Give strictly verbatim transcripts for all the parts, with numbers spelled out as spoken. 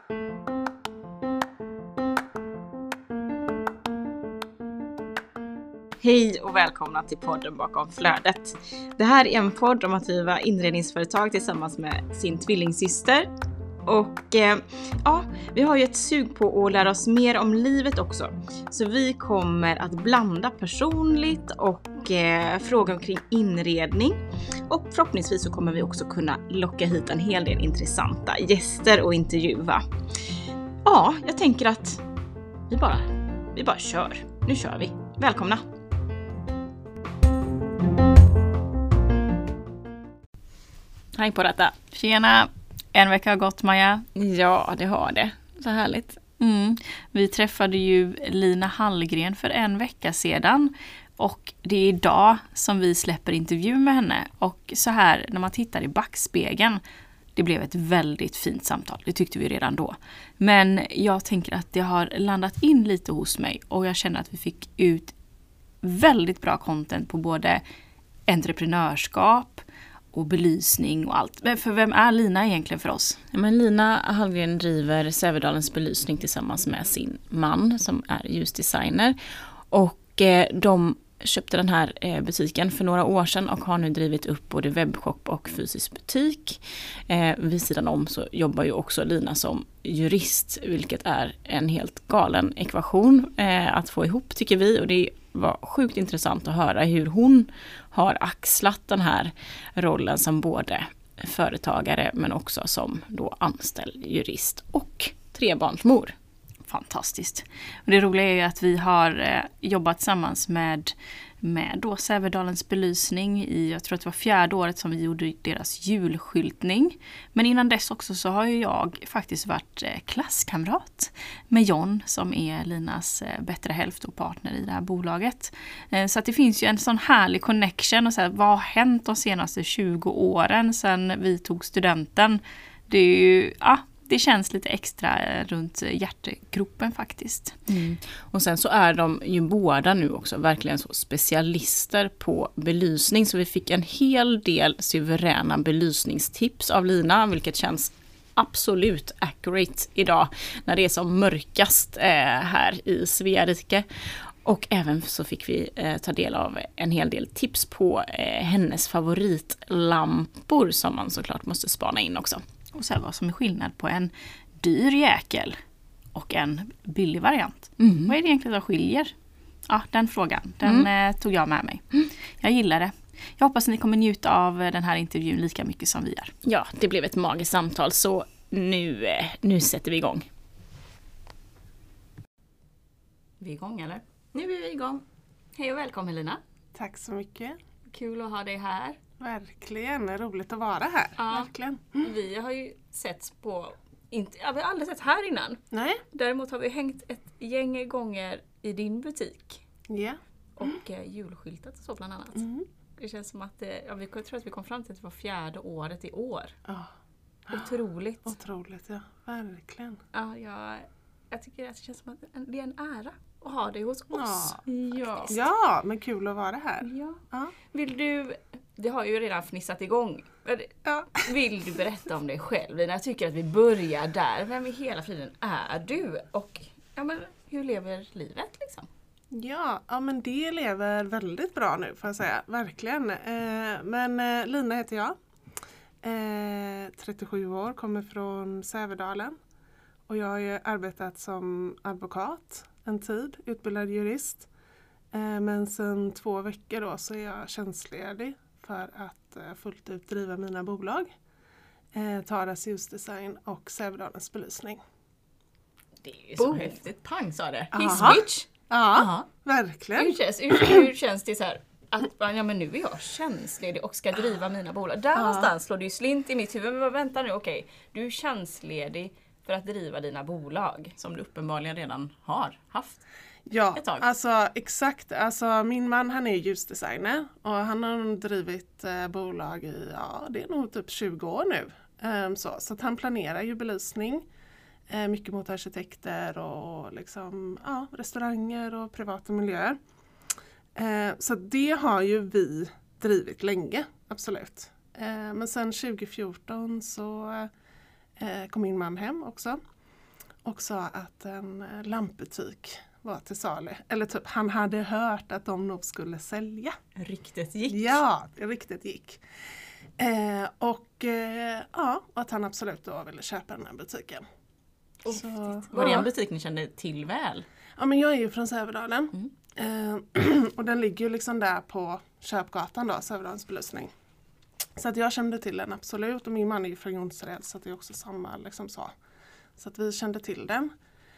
Hej och välkomna till podden Bakom flödet. Det här är en podd om att driva inredningsföretag tillsammans med sin tvillingsyster. Och eh, ja, vi har ju ett sug på att lära oss mer om livet också. Så vi kommer att blanda personligt och eh, fråga omkring inredning. Och förhoppningsvis så kommer vi också kunna locka hit en hel del intressanta gäster och intervjua. Ja, jag tänker att vi bara, vi bara kör. Nu kör vi. Välkomna! Hej på detta. Tjena, en vecka har gått, Maja. Ja, det har det. Så härligt. Mm. Vi träffade ju Lina Hallgren för en vecka sedan. Och det är idag som vi släpper intervju med henne. Och så här, när man tittar i backspegeln, det blev ett väldigt fint samtal. Det tyckte vi redan då. Men jag tänker att det har landat in lite hos mig. Och jag känner att vi fick ut väldigt bra content på både entreprenörskap och belysning och allt. Men för vem är Lina egentligen för oss? Ja, men Lina Hallgren driver Sävedalens belysning tillsammans med sin man som är ljusdesigner. Och eh, de köpte den här eh, butiken för några år sedan och har nu drivit upp både webbshop och fysisk butik. Eh, vid sidan om så jobbar ju också Lina som jurist, vilket är en helt galen ekvation eh, att få ihop, tycker vi. Och det var sjukt intressant att höra hur hon har axlat den här rollen som både företagare men också som då anställd jurist och trebarnsmor. Fantastiskt. Och det roliga är ju att vi har eh, jobbat tillsammans med, med då Sävedalens belysning i, jag tror att det var fjärde året som vi gjorde deras julskyltning. Men innan dess också så har ju jag faktiskt varit eh, klasskamrat med John som är Linas eh, bättre hälft och partner i det här bolaget. Eh, så att det finns ju en sån härlig connection och så här, vad har hänt de senaste tjugo åren sedan vi tog studenten? Det är ju, ja, det känns lite extra runt hjärtegropen faktiskt. Mm. Och sen så är de ju båda nu också verkligen så specialister på belysning. Så vi fick en hel del suveräna belysningstips av Lina, vilket känns absolut accurate idag när det är som mörkast eh, här i Sverige. Och även så fick vi eh, ta del av en hel del tips på eh, hennes favoritlampor som man såklart måste spana in också. Och så här, vad som är skillnad på en dyr jäkel och en billig variant. Mm. Vad är det egentligen som skiljer? Ja, den frågan, den mm. tog jag med mig. Mm. Jag gillar det. Jag hoppas att ni kommer njuta av den här intervjun lika mycket som vi gör. Ja, det blev ett magiskt samtal så nu, nu sätter vi igång. Vi är igång eller? Nu är vi igång. Hej och välkommen Lina. Tack så mycket. Kul att ha dig här. Verkligen, roligt att vara här. Ja, verkligen. Mm. Vi har ju setts på, inte, ja, vi har aldrig sett här innan. Nej. Däremot har vi hängt ett gäng gånger i din butik. Ja. Och eh, julskyltat och så bland annat. Mm. Det känns som att, ja, vi tror att vi kom fram till att det var fjärde året i år. Oh. Otroligt. Otroligt, ja. Verkligen. Ja, jag, jag tycker att det känns som att det är en ära att ha dig hos oss. Ja, ja, men kul att vara här. Ja. Ja. Vill du, det har ju redan fnissat igång. Ja. Vill du berätta om dig själv? Jag tycker att vi börjar där. Vem i hela friden är du? Och ja, men, hur lever livet liksom? Ja, ja, men det lever väldigt bra nu får jag säga. Verkligen. Eh, men eh, Lina heter jag. Eh, trettiosju år, kommer från Sävedalen. Och jag har ju arbetat som advokat en tid, utbildad jurist. Eh, men sedan två veckor då så är jag tjänstledig för att eh, fullt ut driva mina bolag. Eh, Taras ljusdesign och Sävedalens belysning. Det är ju så Boom. Häftigt. Pang sa det. His switch. Ja, Aha. verkligen. Hur känns, hur, hur känns det så här? Att ja, men nu är jag tjänstledig och ska driva mina bolag. Där ja. Någonstans slår det ju slint i mitt huvud. Men vänta nu, okej. Du är tjänstledig för att driva dina bolag. Som du uppenbarligen redan har haft. Ja, alltså exakt. Alltså min man han är ljusdesigner. Och han har drivit eh, bolag i, ja det är nog typ tjugo år nu. Um, så, så att han planerar ju belysning. Eh, mycket mot arkitekter och liksom, ja, restauranger och privata miljöer. Eh, så det har ju vi drivit länge, absolut. Eh, men sen tjugo fjorton så eh, kom min man hem också. och sa att en lampbutik var till salu. Eller typ, han hade hört att de nog skulle sälja. Riktigt gick. Ja, det riktigt gick. Eh, och eh, ja, att han absolut då ville köpa den här butiken. Oh, så, var det ja. en butik ni kände till väl? Ja, men jag är ju från Sävedalen. Mm. Eh, och den ligger ju liksom där på Köpgatan då, Sävedalens belysning. Så att jag kände till den absolut. Och min man är ju från Jonsered, så att det är också samma liksom så. Så att vi kände till den.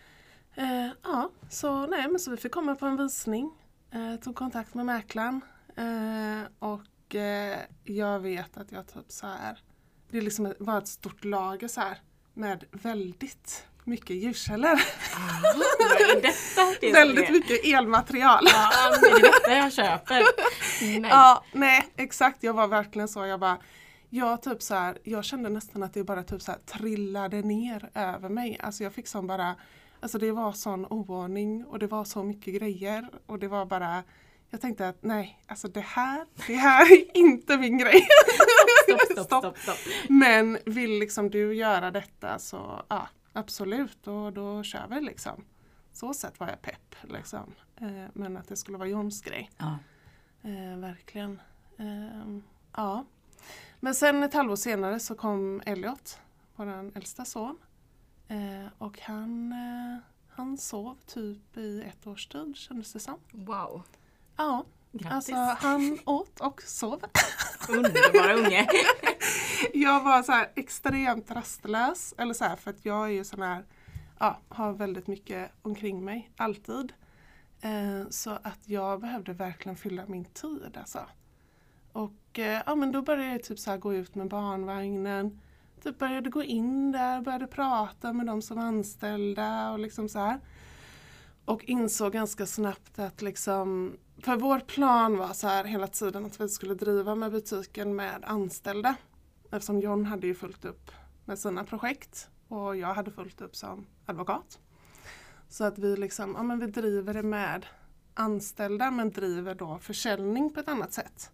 Eh, ja, så nej, men så vi fick komma på en visning. Eh, tog kontakt med mäklaren. Eh, och eh, jag vet att jag typ så här. Det är liksom var ett stort lager så här. Med väldigt mycket ljuskällor. Ah, vad är detta? Det är väldigt det. mycket elmaterial. Ja, men det är detta jag köper. Nej. Ja, nej, exakt. Jag var verkligen så. Jag bara, jag typ så här, jag kände nästan att det bara typ så här trillade ner över mig. Alltså jag fick sån bara, alltså det var sån oordning och det var så mycket grejer och det var bara, jag tänkte att nej, alltså det här, det här är inte min grej. Stopp, stopp, stopp, stopp, stopp. Men vill liksom du göra detta så ja, absolut, och då kör vi liksom. Så sätt var jag pepp liksom. Eh, men att det skulle vara Johns grej. Ja. Eh, verkligen. Eh, ja. Men sen ett halvår senare så kom Elliot, vår äldsta son. Eh, och han, eh, han sov typ i ett års tid, kändes det som. Wow. Ja, Grattis. alltså han åt och sov. Underbara unge. Jag var så här extremt rastlös. Eller så här, för att jag är ju sån här, ja, har väldigt mycket omkring mig, alltid. Eh, så att jag behövde verkligen fylla min tid alltså. Och eh, ja, men då började jag typ så här gå ut med barnvagnen. Typ började gå in där, började prata med de som var anställda och liksom så här. Och insåg ganska snabbt att liksom, för vår plan var så här hela tiden att vi skulle driva med butiken med anställda. Eftersom John hade ju fullt upp med sina projekt och jag hade fullt upp som advokat. Så att vi liksom, ja men vi driver det med anställda men driver då försäljning på ett annat sätt.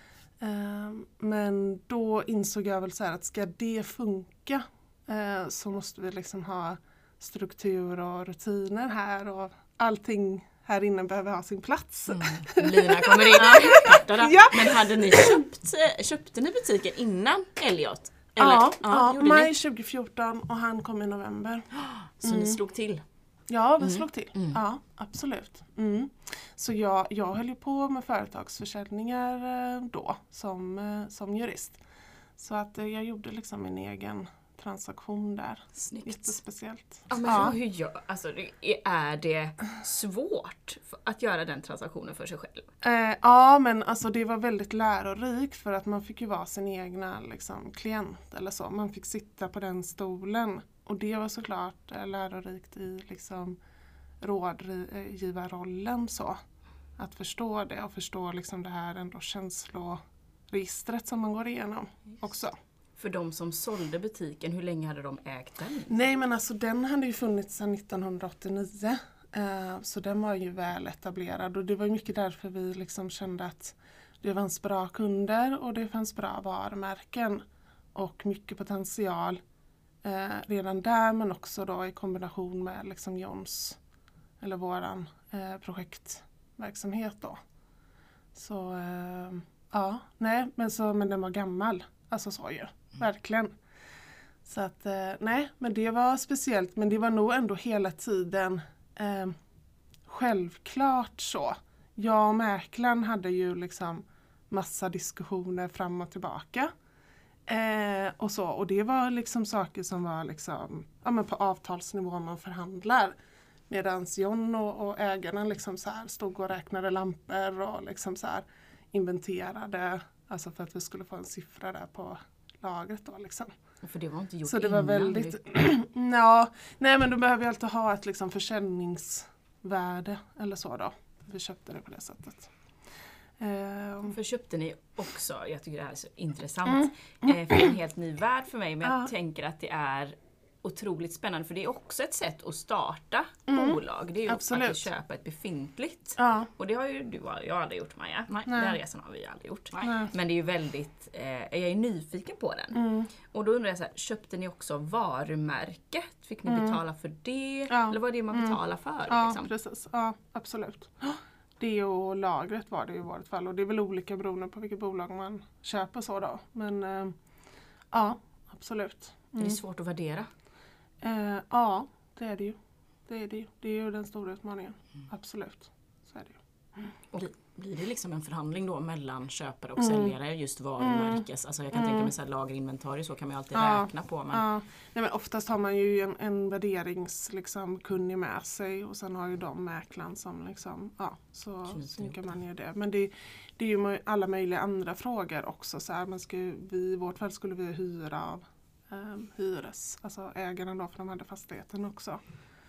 Uh, men då insåg jag väl så här att ska det funka uh, så måste vi liksom ha struktur och rutiner här och allting här inne behöver ha sin plats. Mm. Lina kommer in. Ja. Men hade ni köpt, köpte ni butiken innan Elliot? Eller? Ja, ja, gjorde maj ni? tjugo fjorton och han kom i november. Så Mm. ni slog till? Ja, vi Mm. slog till. Mm. Ja, absolut. Mm. Så jag, jag höll ju på med företagsförsäljningar eh, då som, eh, som jurist. Så att eh, jag gjorde liksom min egen transaktion där. Snyggt. Jättespeciellt. Ja, men Ja. hur gör, alltså, det- är det svårt att göra den transaktionen för sig själv? Eh, ja, men alltså det var väldigt lärorikt för att man fick ju vara sin egna liksom, klient eller så. Man fick sitta på den stolen. Och det var såklart eh, lärorikt i liksom, rådgivarrollen så. Att förstå det och förstå liksom, det här ändå känsloregistret som man går igenom också. För de som sålde butiken, hur länge hade de ägt den? Nej, men alltså den hade ju funnits sedan nittonhundraåttionio. Eh, så den var ju väl etablerad. Och det var ju mycket därför vi liksom kände att det fanns bra kunder och det fanns bra varumärken. Och mycket potential eh, redan där, men också då i kombination med liksom Johns eller våran eh, projektverksamhet då. Så eh, ja, nej, men, så, men den var gammal. Alltså så ju, verkligen. Så att, eh, nej, men det var speciellt. Men det var nog ändå hela tiden eh, självklart så. Jag och mäklaren hade ju liksom massa diskussioner fram och tillbaka. Eh, och så. Och det var liksom saker som var liksom, ja, men på avtalsnivå man förhandlar. Medan John och, och ägarna liksom så här stod och räknade lampor och liksom så här inventerade. Alltså för att vi skulle få en siffra där på lagret då liksom. För det var inte gjort Så det var innan. väldigt, ja, nej men då behöver vi alltid ha ett liksom försäljningsvärde eller så då. Vi köpte det på det sättet. Um, För köpte ni också, jag tycker det här är så intressant, mm. eh, för det är en helt ny värld för mig, men jag Ja. tänker att det är otroligt spännande för det är också ett sätt att starta Mm. bolag. Det är ju Absolut. att köpa ett befintligt. Ja. Och det har ju du och jag aldrig gjort, Maja. Nej. Nej. Den resan har vi aldrig gjort. Nej. Men det är ju väldigt, eh, jag är nyfiken på den. Mm. Och då undrar jag så här, köpte ni också varumärket? Fick ni Mm. betala för det? Ja. Eller vad är det man Mm. betalar för? Ja, Liksom? precis. Ja, absolut. Det och lagret var det i vårt fall. Och det är väl olika beroende på vilket bolag man köper så då. Men eh, ja, absolut. Det är svårt att värdera. Eh, ja, det är det ju. Det är det ju. Det är ju den stora utmaningen. Mm. Absolut. Så är det ju. Och blir det liksom en förhandling då mellan köpare och Mm. säljare just varumärkes? Alltså jag kan Mm. tänka mig så här lager-inventorie, så kan man ju alltid Ja. räkna på. Men Ja, nej, men oftast har man ju en, en värderings liksom, kunnig med sig och sen har ju de mäklaren som liksom, ja, så Knyter synkar ihop man ju det. Men det, det är ju mö- alla möjliga andra frågor också. Så här, man ska, ju- vi, I vårt fall skulle vi hyra av um, hyres, alltså ägaren då, för de hade fastigheten också.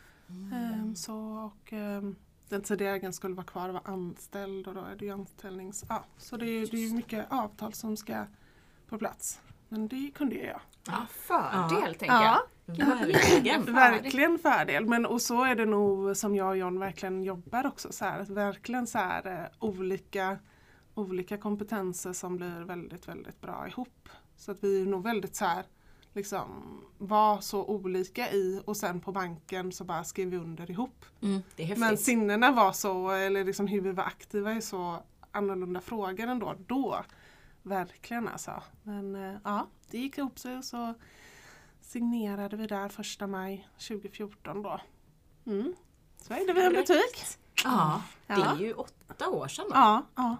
Ehm, så, och ehm, den tidigare ägaren skulle vara kvar och vara anställd och då är det ju anställnings... Ja, så det är, det är ju mycket avtal som ska på plats. Men det kunde jag göra. ja, fördel Ja. tänker Ja. jag. Verkligen. Verkligen fördel, men och så är det nog som jag och John verkligen jobbar också. Så här, att verkligen så här, eh, olika, olika kompetenser som blir väldigt, väldigt bra ihop. Så att vi är nog väldigt så här, liksom var så olika i och sen på banken så bara skrev vi under ihop. Mm, det är häftigt. Men sinnena var så, eller liksom hur vi var aktiva i så annorlunda frågor ändå då. Verkligen alltså. Men eh, ja, det gick ihop sig och så signerade vi där första maj tjugofjorton då. Mm. Så ägde vi en butik. Ja, det Ja. är ju åtta år sedan då. Ja, ja.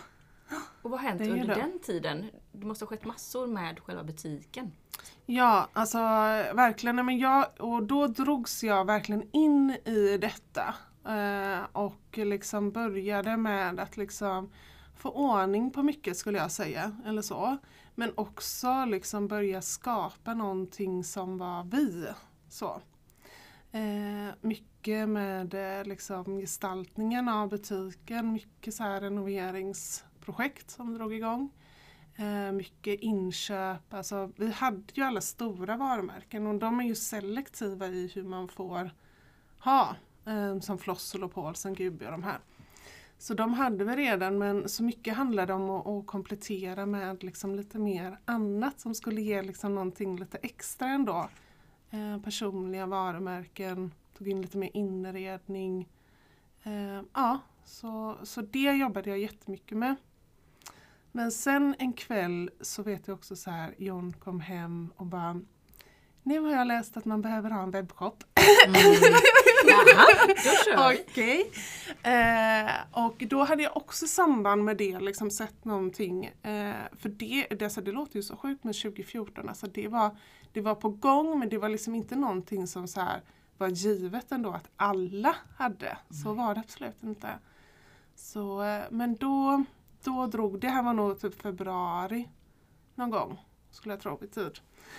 Och vad har hänt Det är ju under det. den tiden? Det måste ha skett massor med själva butiken. Ja, alltså verkligen. Nej, men jag, och då drogs jag verkligen in i detta. Eh, och liksom började med att liksom få ordning på mycket skulle jag säga. Eller så. Men också liksom börja skapa någonting som var vi. Så. Eh, mycket med eh, liksom gestaltningen av butiken. Mycket så här renoveringsprojekt som drog igång. Eh, mycket inköp. Alltså, vi hade ju alla stora varumärken och de är ju selektiva i hur man får ha. Eh, som Flossel och Paulsen, G B och de här. Så de hade vi redan, men så mycket handlade om att, att komplettera med liksom lite mer annat som skulle ge liksom någonting lite extra ändå. Eh, personliga varumärken, tog in lite mer inredning. Eh, ja, så, så det jobbade jag jättemycket med. Men sen en kväll så vet jag också så här, John kom hem och bara, nu har jag läst att man behöver ha en webbshop. Mm. Jaha, då kör vi. Okej. Eh, och då hade jag också samband med det liksom sett någonting. Eh, för det, det, alltså, det låter ju så sjukt med tjugofjorton. Alltså, det, var, det var på gång men det var liksom inte någonting som så här, var givet ändå att alla hade. Så var det absolut inte. Så, eh, men då, då drog, det här var nog typ februari någon gång skulle jag tro i tid.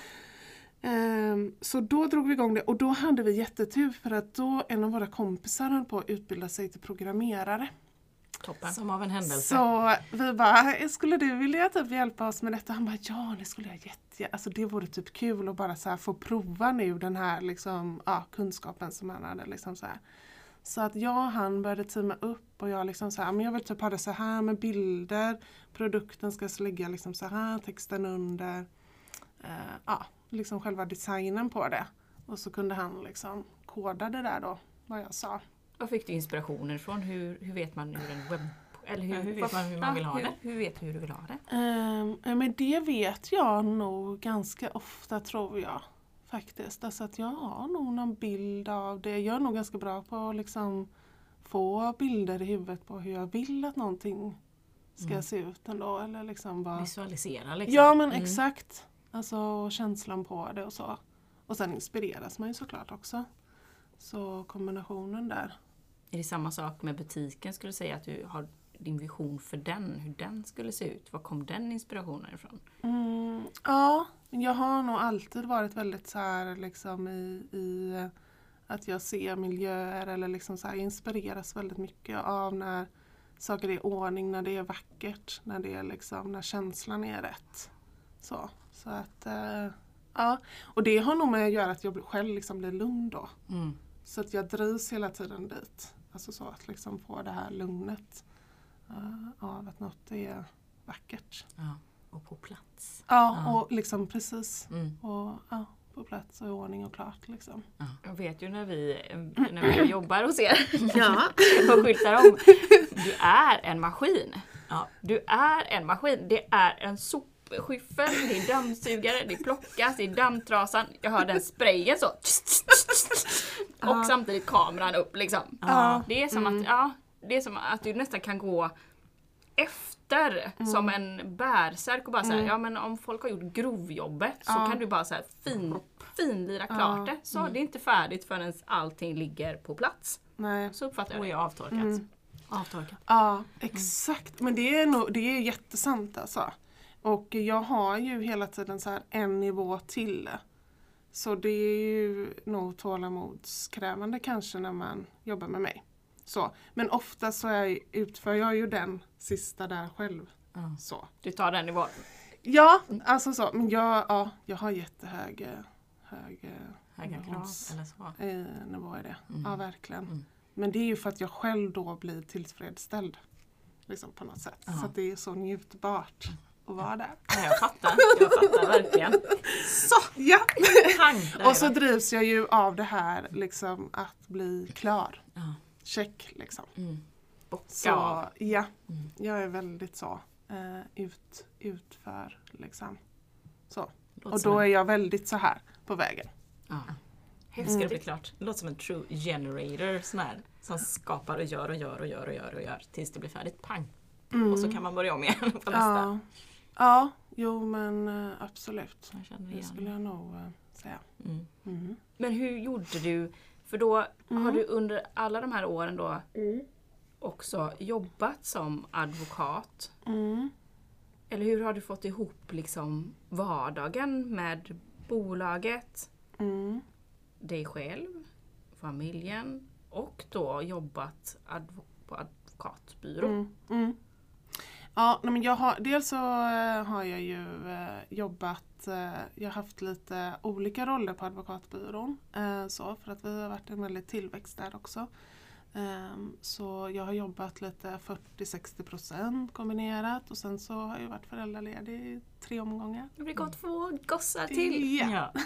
Um, så då drog vi igång det och då hade vi jättetur för att då en av våra kompisar höll på att utbilda sig till programmerare. Toppen. Som av en händelse. Så vi bara, skulle du vilja typ hjälpa oss med detta? Han bara, ja det skulle jag jätte, alltså det vore typ kul att bara så här få prova nu den här liksom, ja, kunskapen som han hade liksom så här. Så att jag och han började teama upp och jag liksom så här, men jag vill typ ha det så här med bilder, produkten ska ligga liksom så här, texten under, uh, ja. liksom själva designen på det. Och så kunde han liksom koda det där då, vad jag sa. Vad fick du inspirationer från? Hur, hur vet man hur en webb... Eller hur, hur vet man hur man Ja, vill ha hur- det? Hur vet du hur du vill ha det? Um, men det vet jag nog ganska ofta tror jag. Faktiskt. Alltså att jag har nog någon bild av det. Jag är nog ganska bra på att liksom få bilder i huvudet på hur jag vill att någonting ska Mm. se ut ändå. Eller liksom bara... Visualisera liksom. Ja men Mm. exakt. Alltså känslan på det och så. Och sen inspireras man ju såklart också. Så kombinationen där. Är det samma sak med butiken? Skulle du säga att du har din vision för den? Hur den skulle se ut? Var kom den inspirationen ifrån? Mm, ja, jag har nog alltid varit väldigt så här liksom i, i att jag ser miljöer eller liksom så här inspireras väldigt mycket av när saker är i ordning, när det är vackert, när det är liksom, när känslan är rätt. Så, så att eh, ja. Och det har nog med att göra att jag själv liksom blir lugn då. Mm. Så att jag drivs hela tiden dit. Alltså så att liksom få det här lugnet uh, av att något är vackert. Ja, och på plats. Ja, Ja. och liksom precis. Mm. Och ja, på plats och i ordning och klart liksom. Ja. Jag vet ju när vi, när vi jobbar hos er Ja. och skyltar om. Du är en maskin. Ja, du är en maskin. Det är en sopskyffel, det är dammsugare, det plockas, det är dammtrasan. Jag hör den sprayen så. Och Ja. samtidigt kameran upp liksom. Ja. Det är som Mm. att, ja, det är som att du nästan kan gå efter som en bärsärk och bara säga, Mm. ja men om folk har gjort grovjobbet så Ja. kan du bara så här fin, finlira klart Ja. det. Så det är inte färdigt förrän allting ligger på plats. Nej. Så uppfattar jag Och det. är avtorkat. Mm. Avtorkat. Ja, exakt. Men det är, nog, det är jättesant alltså. Och jag har ju hela tiden så här en nivå till. Så det är ju nog tålamodskrävande kanske när man jobbar med mig. Så. Men ofta så är, utför jag ju den sista där själv. Ja. Så. Du tar den nivån. Ja, alltså så. Men jag, ja, jag har jättehög eh, hög, eh, Höga krav nivåns- eller så. eh, nivå i det. Mm. Ja, verkligen. Mm. Men det är ju för att jag själv då blir tillfredsställd. Liksom på något sätt. Ja. Så att det är så njutbart att vara där. Ja, jag fattar. Jag fattar verkligen. Så, ja! Pang, där Och så är det. drivs jag ju av det här liksom att bli klar. Ja. Check liksom. Mm. Bocka Så av. ja, Mm. jag är väldigt så eh, ut, utför liksom. Så. Låter Och som då en- är jag väldigt så här på vägen. Ja. Hur ska det bli klart? Det låter som en true generator sån här, som skapar och gör och gör och gör och gör och gör tills det blir färdigt. Pang! Mm. Och så kan man börja om igen på nästa. Ja, ja jo men eh, absolut. Jag känner Det igen. skulle jag nog eh, säga. Mm. Mm. Men hur gjorde du? För då Mm. har du under alla de här åren då också jobbat som advokat. Mm. Eller hur har du fått ihop liksom vardagen med bolaget, Mm. dig själv, familjen och då jobbat advo- på advokatbyrå? Mm. Mm. Ja, nej, men jag har, dels så eh, har jag ju eh, jobbat, eh, jag har haft lite olika roller på advokatbyrån. Eh, så, för att vi har varit en väldigt tillväxt där också. Ehm, så jag har jobbat lite fyrtio till sextio procent kombinerat och sen så har jag varit föräldraledig i tre omgångar. Det blir gott två gossar till. Ja. Ja.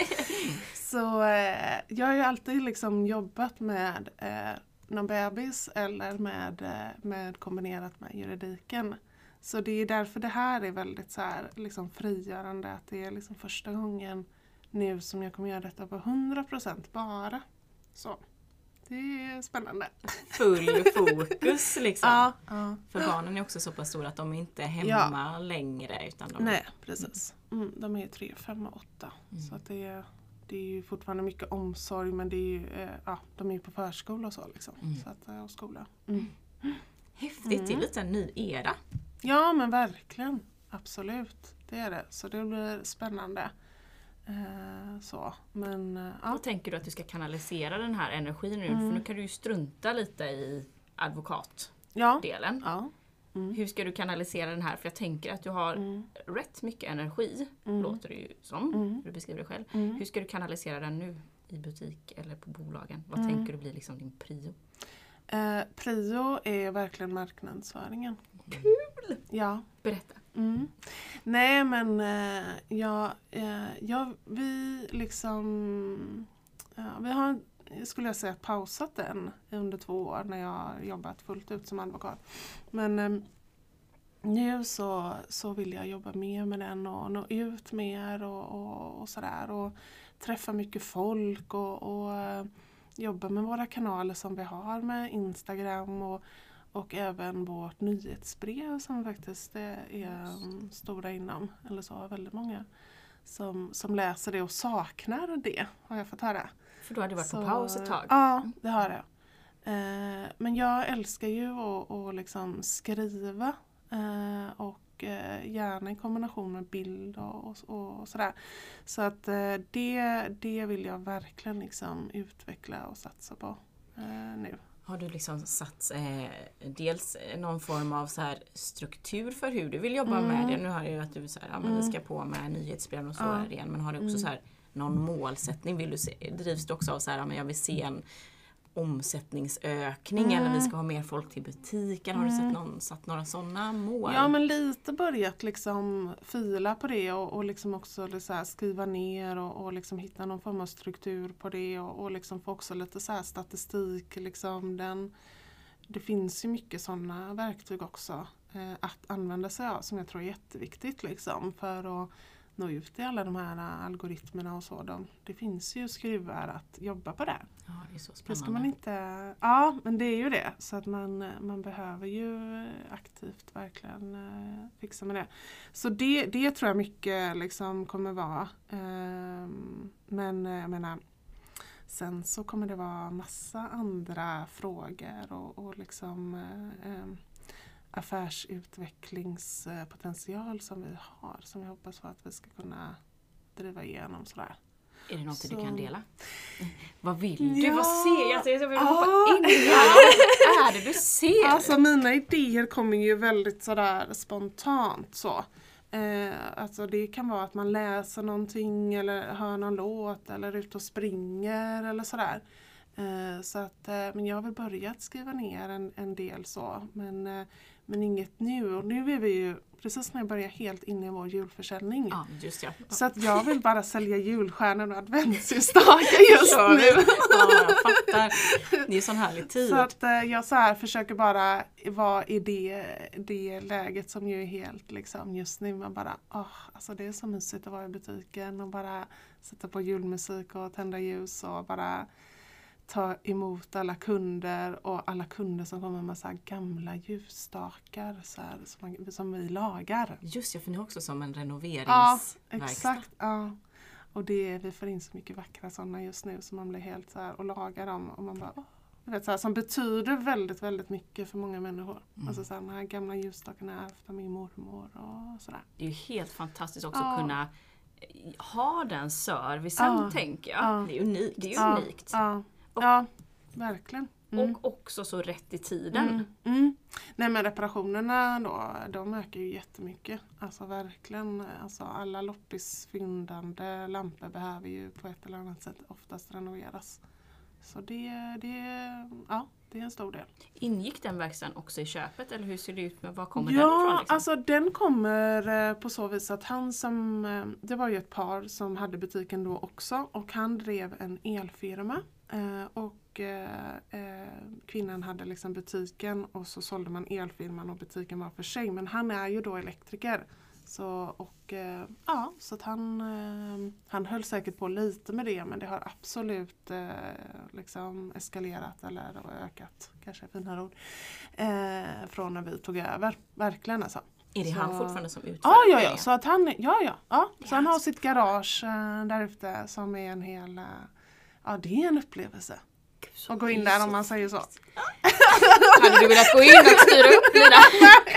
Så eh, jag har ju alltid liksom jobbat med eh, någon bebis eller med, eh, med kombinerat med juridiken. Så det är därför det här är väldigt så här, liksom frigörande, att det är liksom första gången nu som jag kommer göra detta på hundra procent bara. Så det är spännande. Full fokus liksom. Ja, ja. För barnen är också så pass stora att de är inte är hemma längre. Utan de... Nej, precis. Mm, de är tre, fem och åtta. Mm. Så att det är, det är ju fortfarande mycket omsorg, men det är ju, eh, ja, de är ju på förskola och så liksom. Mm. Så att, eh, och skola. Mm. Häftigt, det är lite en ny era. Ja, men verkligen. Absolut. Det är det. Så det blir spännande. Eh, så. Men eh, ja. Då tänker du att du ska kanalisera den här energin nu, Mm. för nu kan du ju strunta lite i advokatdelen. Ja. Ja. Mm. Hur ska du kanalisera den här? För jag tänker att du har Mm. rätt mycket energi, Mm. låter det ju som, Mm. du beskriver det själv. Mm. Hur ska du kanalisera den nu i butik eller på bolagen? Vad Mm. tänker du blir liksom din prio? Eh, prio är verkligen marknadsföringen. Kul! Ja. Berätta. Mm. Nej men eh, ja, eh, ja, vi liksom ja, vi har, skulle jag säga, pausat den under två år när jag har jobbat fullt ut som advokat. Men eh, nu så, så vill jag jobba mer med den och nå ut mer och, och, och sådär och träffa mycket folk och, och eh, jobba med våra kanaler som vi har med Instagram och Och även vårt nyhetsbrev som faktiskt är um, stora inom, eller så har väldigt många som, som läser det och saknar det, har jag fått höra. För då har du varit Så, på paus ett tag. Ja, det har jag. Eh, men jag älskar ju att, att liksom skriva eh, och eh, gärna i kombination med bild och, och, och sådär. Så att eh, det, det vill jag verkligen liksom utveckla och satsa på eh, nu. Har du liksom satt eh, dels någon form av så här struktur för hur du vill jobba mm. med det? Nu har jag ju att du så här, ja, men mm. vi ska på med nyhetsbrev och så ja. igen. Men har du också mm. så här någon målsättning? Vill du se, drivs du också av så här, ja, men jag vill se en omsättningsökning mm. eller vi ska ha mer folk till butiken. Har mm. du sett någon, satt några sådana mål? Ja, men lite börjat liksom fila på det och, och liksom också så här skriva ner och, och liksom hitta någon form av struktur på det och, och liksom få också lite så här statistik. Liksom den, det finns ju mycket sådana verktyg också eh, att använda sig av som jag tror är jätteviktigt liksom för att nå ut i alla de här algoritmerna och så. De, det finns ju skruvar att jobba på det. Ja, det är så spännande. Det ska man inte, ja, men det är ju det. Så att man, man behöver ju aktivt verkligen uh, fixa med det. Så det, det tror jag mycket liksom kommer vara. Um, men jag menar, sen så kommer det vara massa andra frågor och, och liksom uh, um, affärsutvecklingspotential som vi har. Som jag hoppas på att vi ska kunna driva igenom sådär. Är det något så. Du kan dela? Vad vill du? Ja. Vad ser jag? Jag vill ah. hoppa in i här. Vad är det du ser? Alltså mina idéer kommer ju väldigt sådär spontant så. Eh, alltså det kan vara att man läser någonting eller hör någon låt eller är ute och springer eller sådär. Eh, så att, eh, men jag har väl börjat skriva ner en, en del så. Men, eh, men inget nu. Och nu är vi ju precis när jag börjar helt inne i vår julförsäljning. Ja, just ja. Så att jag vill bara sälja julstjärnor och adventsljusstaker just nu. Ja, jag fattar. Det är sån härlig tid. Så att eh, jag så här försöker bara vara i det, det läget som ju är helt liksom just nu. Man bara, åh, alltså det är så mysigt att vara i butiken och bara sätta på julmusik och tända ljus och bara ta emot alla kunder och alla kunder som kommer med så här gamla ljusstakar så här, som, man, som vi lagar. Just ja, för ni är också som en renoveringsverkstad. Ja, exakt. Ja. Och det, vi får in så mycket vackra sådana just nu som man blir helt så här och lagar dem och man bara, åh, du vet, så här, som betyder väldigt, väldigt mycket för många människor. Mm. Alltså så här, de här gamla ljusstakarna är efter min mormor och sådär. Det är ju helt fantastiskt också ja. att kunna ha den servicen, ja. tänker jag. Ja. Det är, uni- det är ju ja. unikt. Ja. Och, ja, verkligen. Mm. Och också så rätt i tiden. Mm. Mm. Nej, men reparationerna då, de ökar ju jättemycket. Alltså verkligen, alltså alla loppisfyndande lampor behöver ju på ett eller annat sätt oftast renoveras. Så det, det, ja, det är en stor del. Ingick den verkstaden också i köpet eller hur ser det ut med, var kommer ja, den ifrån? Liksom? Alltså den kommer på så vis att han som, det var ju ett par som hade butiken då också och han drev en elfirma. Eh, och eh, eh, kvinnan hade liksom butiken och så sålde man elfirman och butiken var för sig. Men han är ju då elektriker. Så, och, eh, ja, så att han, eh, han höll säkert på lite med det men det har absolut eh, liksom eskalerat eller ökat, kanske finare ord, eh, från när vi tog över. Verkligen alltså. Är det så, han fortfarande som utför? Ja, ja, ja. Så att han, ja, ja, ja. Så han har sitt garage eh, där ute som är en hel... Eh, ja, det är en upplevelse. Så att gå in där om man säger så. Hade du velat gå in och styra upp det där?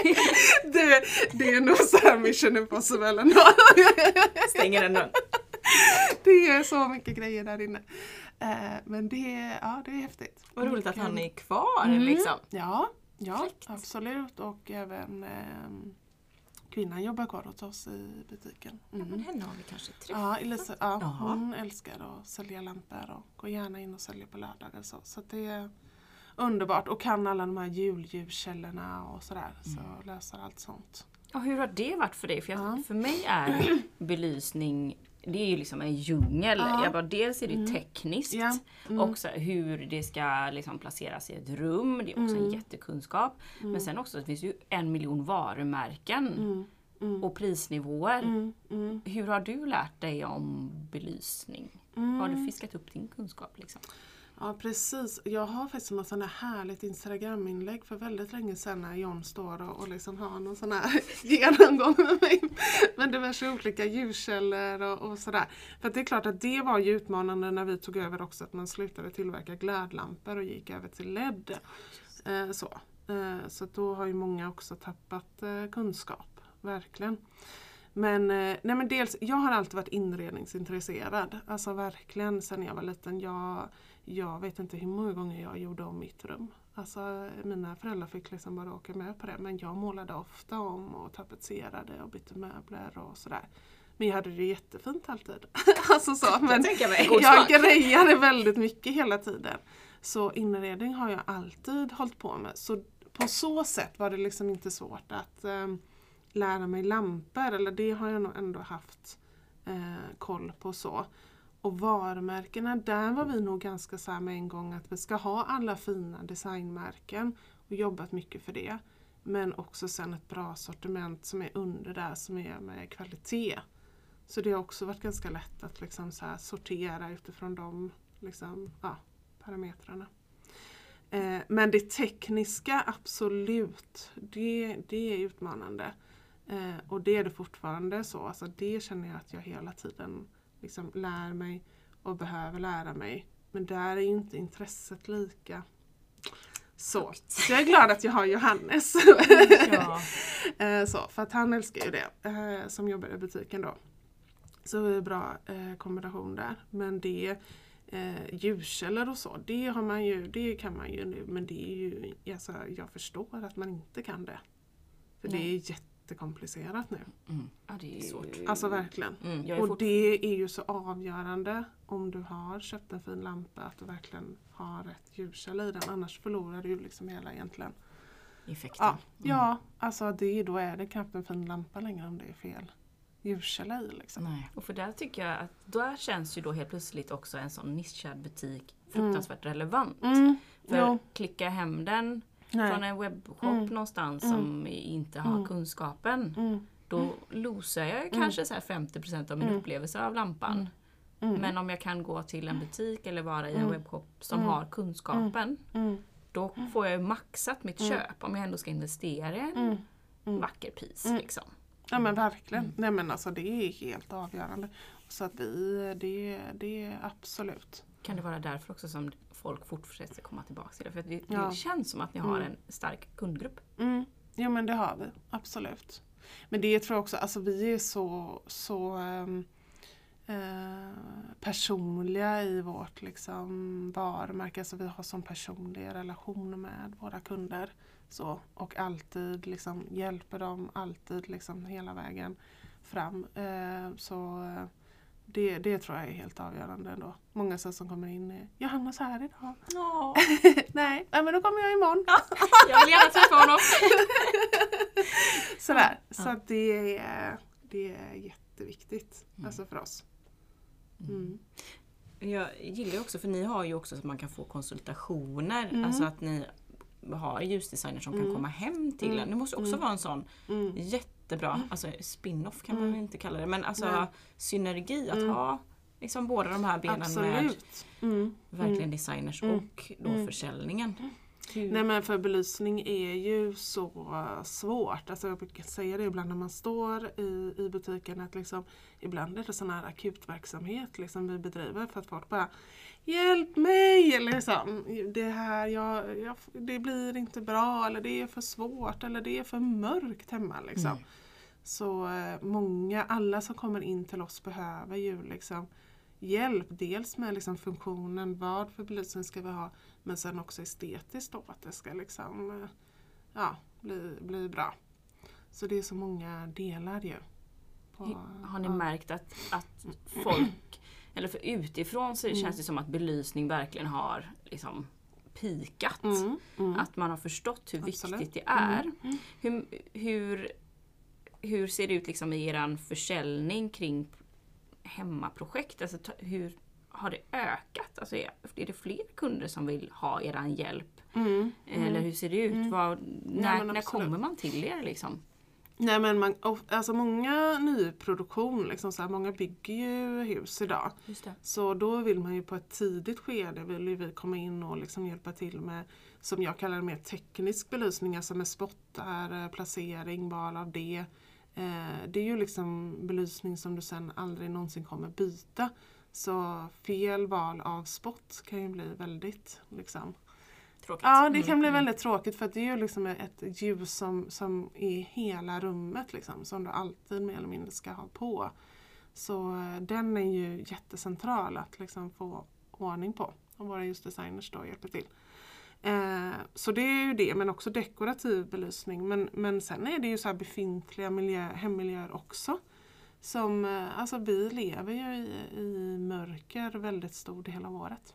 det, det är nog så här mission impossible ändå. Stänger den då. Det är så mycket grejer där inne. Eh, men det, ja, det är häftigt. Vad roligt att han är kvar mm. liksom. Ja, ja absolut. Och även... Eh, kvinnan jobbar kvar hos oss i butiken. Mm. Ja, men henne har vi kanske träffat. Ja, Elisa, ja, hon älskar att sälja lampor och går gärna in och säljer på lördagar. Så, så det är underbart. Och kan alla de här julljuskällorna och sådär. Mm. Så löser allt sånt. Och hur har det varit för dig? För, jag, ja. för mig är belysning, det är ju liksom en djungel. Ja. Jag bara, dels är det mm. tekniskt. Ja. Mm. Och så hur det ska liksom placeras i ett rum. Det är också mm. en jättekunskap. Mm. Men sen också det finns ju en miljon varumärken. Mm. Mm. Och prisnivåer. Mm. Mm. Hur har du lärt dig om belysning? Mm. Har du fiskat upp din kunskap liksom? Ja, precis. Jag har faktiskt en sån här härligt Instagram-inlägg för väldigt länge sedan när John står och, och liksom har någon sån här genomgång med mig. Men diverse olika ljuskällor och, och sådär. För att det är klart att det var ju utmanande när vi tog över också att man slutade tillverka glödlampor och gick över till L E D. Eh, så eh, så då har ju många också tappat eh, kunskap. Verkligen. Men, nej men dels, jag har alltid varit inredningsintresserad. Alltså verkligen sen jag var liten. Jag, jag vet inte hur många gånger jag gjorde om mitt rum. Alltså mina föräldrar fick liksom bara åka med på det. Men jag målade ofta om och tapetserade och bytte möbler och sådär. Men jag hade det jättefint alltid. alltså så, men jag, jag grejade väldigt mycket hela tiden. Så inredning har jag alltid hållit på med. Så på så sätt var det liksom inte svårt att eh, lära mig lampor. Eller det har jag nog ändå haft eh, koll på så. Och varumärkena, där var vi nog ganska så här med en gång att vi ska ha alla fina designmärken. Och jobbat mycket för det. Men också sen ett bra sortiment som är under där som är med kvalitet. Så det har också varit ganska lätt att liksom så här sortera utifrån de liksom, ja, parametrarna. Eh, men det tekniska, absolut, det, det är utmanande. Eh, och det är det fortfarande så. Alltså det känner jag att jag hela tiden liksom lär mig och behöver lära mig. Men där är ju inte intresset lika. Så, så jag är glad att jag har Johannes. Ja. eh, så, för att han älskar ju det eh, som jobbar i butiken då. Så det är en bra eh, kombination där. Men det eh, ljuskällor och så, det har man ju, det kan man ju nu. Men det är ju, alltså, jag förstår att man inte kan det. För Nej. det är jättekomplicerat nu. Mm. Ja, det är svårt. Alltså verkligen. Mm. Jag är Och fort... det är ju så avgörande om du har köpt en fin lampa att du verkligen har rätt ljuskälla i den. Annars förlorar du ju liksom hela egentligen. effekten. Ja, Mm. ja alltså det, då är det knappt en fin lampa längre om det är fel ljuskälla i liksom. Nej. Och för där tycker jag att då känns ju då helt plötsligt också en sån nischad butik fruktansvärt mm. relevant. Mm. För Jo. klicka hem den Nej. från en webbshop Mm. någonstans Mm. som inte har Mm. kunskapen. Mm. Då losar jag Mm. kanske så här femtio procent av min Mm. upplevelse av lampan. Mm. Men om jag kan gå till en butik eller vara i en Mm. webbshop som Mm. har kunskapen. Mm. Då får jag ju maxat mitt Mm. köp om jag ändå ska investera i en Mm. Mm. vacker pris. Mm. Liksom. Ja men verkligen. Mm. Nej men alltså det är helt avgörande. Så att vi, det, det är absolut. Kan det vara därför också som folk fortsätter komma tillbaka till det? För att det, Ja. det känns som att ni har Mm. en stark kundgrupp. Mm. Jo men det har vi, absolut. Men det tror jag också, alltså vi är så, så um, uh, personliga i vårt liksom varumärke. Alltså vi har sån personlig relation med våra kunder. Så, och alltid liksom hjälper dem, alltid liksom hela vägen fram. Uh, så uh, det, det tror jag är helt avgörande ändå. Många så som kommer in är Johannes här idag. Ja. Nej, men då kommer jag imorgon. Jag vill gärna träffa honom. Sådär. Ja. Så att det är, det är jätteviktigt Mm. alltså för oss. Mm. Jag gillar ju också, för ni har ju också så att man kan få konsultationer. Mm. Alltså att ni har ljusdesigners som kan Mm. komma hem till Mm. en. Det måste också Mm. vara en sån Mm. jättebra, alltså spin-off kan man Mm. väl inte kalla det. Men alltså Nej. synergi, att Mm. ha liksom båda de här benen med Absolut. Mm. verkligen Mm. designers Mm. och då Mm. försäljningen. Hur- Nej men för belysning är ju så svårt. Alltså jag brukar säga det ibland när man står i, i butiken att liksom, ibland är det sån här akutverksamhet liksom vi bedriver för att folk bara hjälp mig! Liksom. Det här, jag, jag, det blir inte bra eller det är för svårt eller det är för mörkt hemma. Liksom. Mm. Så eh, många, alla som kommer in till oss behöver ju liksom hjälp. Dels med liksom funktionen, vad för belysning ska vi ha, men sen också estetiskt då att det ska liksom, eh, ja, bli, bli bra. Så det är så många delar ju. På, Har ni ja. märkt att, att folk, eller för utifrån så Mm. känns det som att belysning verkligen har liksom pikat. Mm, mm. Att man har förstått hur Absolut. viktigt det är. Mm, mm. Hur, hur, hur ser det ut liksom i er försäljning kring hemmaprojekt? Alltså, ta- hur har det ökat? Alltså, är, är det fler kunder som vill ha eran hjälp? Mm, Eller mm. hur ser det ut? Mm. Vad, när, men när absolut. kommer man till er liksom? Nej men man, of- alltså många nyproduktion, liksom så här, många bygger ju hus idag. Just det. Så då vill man ju på ett tidigt skede vill ju vi komma in och liksom hjälpa till med, som jag kallar det, mer teknisk belysning, alltså med spottar, eh, placering, val av det. Eh, det är ju liksom belysning som du sen aldrig någonsin kommer byta. Så fel val av spott kan ju bli väldigt liksom tråkigt. Ja, det kan mm. bli väldigt tråkigt för att det är ju liksom ett ljus som, som är hela rummet liksom, som du alltid mer eller mindre ska ha på. Så den är ju jättecentral att liksom få ordning på. Och våra ljusdesigners då hjälper till. Eh, så det är ju det, men också dekorativ belysning. Men, men sen är det ju så här befintliga miljö, hemmiljöer också. Som, eh, alltså vi lever ju i, i mörker väldigt stor del av året.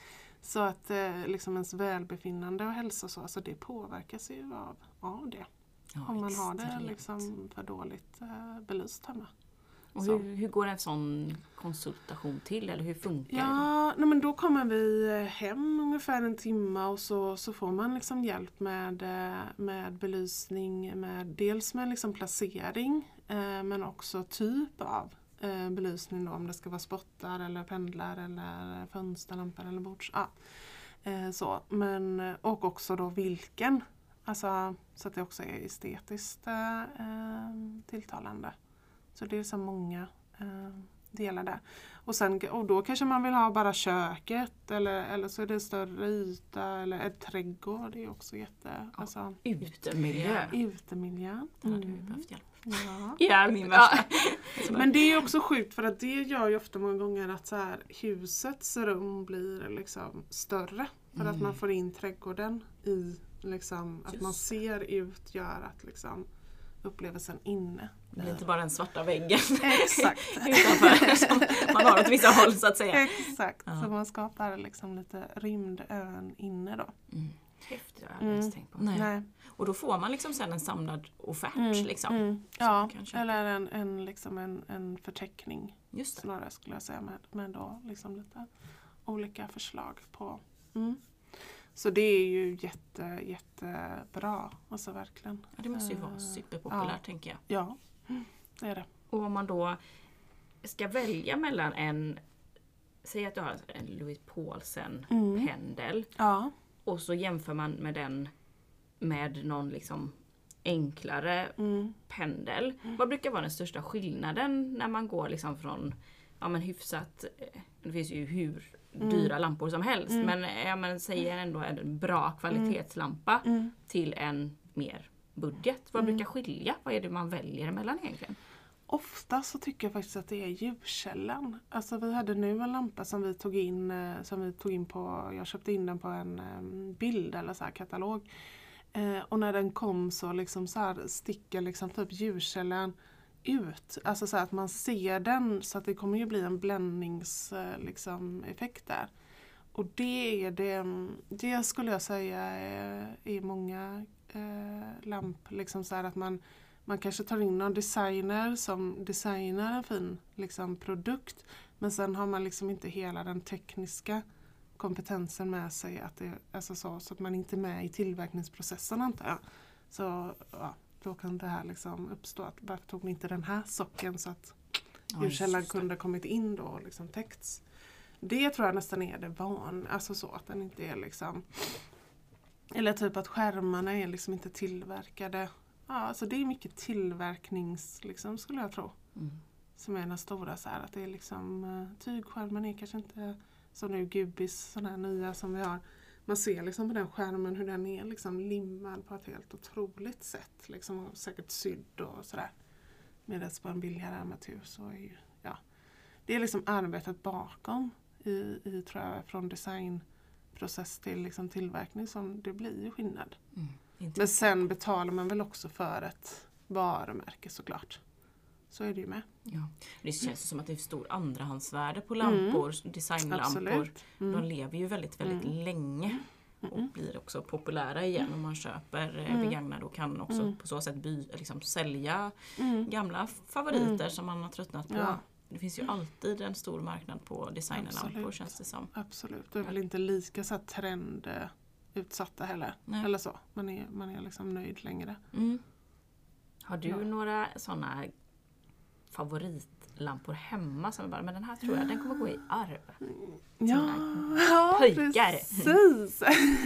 Så att eh, liksom ens välbefinnande och hälsa så, alltså det påverkas ju av, av det. Ja, om man har extremt. det liksom för dåligt eh, belyst hemma. Och hur, hur går en sån konsultation till? Eller hur funkar ja, nej men då kommer vi hem ungefär en timme och så, så får man liksom hjälp med, med belysning. Med, dels med liksom placering eh, men också typ av eh, belysning. Då, om det ska vara spottar eller pendlar eller fönsterlampor eller bords. Ja. Eh, så. Men, och också då vilken. Alltså, så att det också är estetiskt eh, tilltalande. Så det är så många eh, delar där. Och, sen, och då kanske man vill ha bara köket eller, eller så är det större yta eller ett trädgård. Det är också jätte... Ja, alltså, utemiljö. Utemiljö. Mm. Ja, du har behövt hjälp. Ja. Ja, min värsta. Men det är också sjukt för att det gör ju ofta många gånger att så här, husets rum blir liksom större. För mm. att man får in trädgården i liksom, att man ser ut gör att liksom upplevelsen inne. Det blir inte bara den svarta väggen. Exakt. Utanför som man har åt vissa håll så att säga. Exakt. Ja. Så man skapar liksom lite rymd även inne då. Mm. Häftigt, jag har aldrig tänkt på. Nej. Nej. Och då får man liksom sen en samlad offert Mm. liksom. Mm. Ja, eller en, en, liksom en, en förteckning. Just det. Snarare skulle jag säga med, med då liksom lite olika förslag på. Mm. Så det är ju jätte, jättebra. Alltså verkligen. Ja, det måste ju vara superpopulärt ja. tänker jag. Ja, det är det. Och om man då ska välja mellan en, säg att du har en Louis Paulsen mm. pendel. Ja. Och så jämför man med den med någon liksom enklare mm. pendel. Mm. Vad brukar vara den största skillnaden när man går liksom från ja, men hyfsat, det finns ju hur mm. dyra lampor som helst. Mm. Men ja, men säger ändå en bra kvalitetslampa mm. till en mer budget. Vad mm. brukar skilja? Vad är det man väljer mellan egentligen? Ofta så tycker jag faktiskt att det är ljuskällan. Alltså vi hade nu en lampa som vi tog in, som vi tog in på, jag köpte in den på en bild eller så här katalog. Eh, och när den kom så liksom så här sticker liksom typ ljuskällan ut. Alltså så att man ser den så att det kommer ju bli en bländningseffekt liksom, där. Och det är det, det skulle jag säga är, är många eh, lamp liksom så här att man man kanske tar in någon designer som designar en fin liksom, produkt. Men sen har man liksom inte hela den tekniska kompetensen med sig. Att det, alltså så, så att man inte är med i tillverkningsprocessen antar jag. Så ja, då kan det här liksom uppstå. Att varför tog ni inte den här socken så att ljudkällan kunde kommit in då och liksom täckts. Det tror jag nästan är det van. Alltså så att den inte är liksom... Eller typ att skärmarna är liksom inte tillverkade. Ja, alltså det är mycket tillverknings, liksom, skulle jag tro. Mm. Som är den stora så här, att det är liksom, uh, tygskärmen är kanske inte som nu Gubis, sådana här nya som vi har. Man ser liksom på den skärmen hur den är liksom limmad på ett helt otroligt sätt. Liksom, och säkert sydd och sådär. Medan på en billigare armatur så är ju, ja. Det är liksom arbetet bakom i, i tror jag, från designprocess till liksom tillverkning som det blir ju skillnad. Mm. Men sen betalar man väl också för ett varumärke såklart. Så är det ju med. Ja. Det känns mm. som att det är stor andrahandsvärde på lampor, mm. designlampor. Mm. De lever ju väldigt, väldigt mm. länge. Mm. Och blir också populära igen om man köper mm. begagnade och kan också mm. på så sätt by, liksom, sälja mm. gamla favoriter mm. som man har tröttnat på. Ja. Det finns ju alltid en stor marknad på designlampor känns det som. Absolut, det är väl inte lika så här trend... utsatta heller. Nej. Eller så. Man är, man är liksom nöjd längre. Mm. Har du ja. några sådana favoritlampor hemma som bara, men den här tror jag den kommer gå i arv? Ja, ja precis.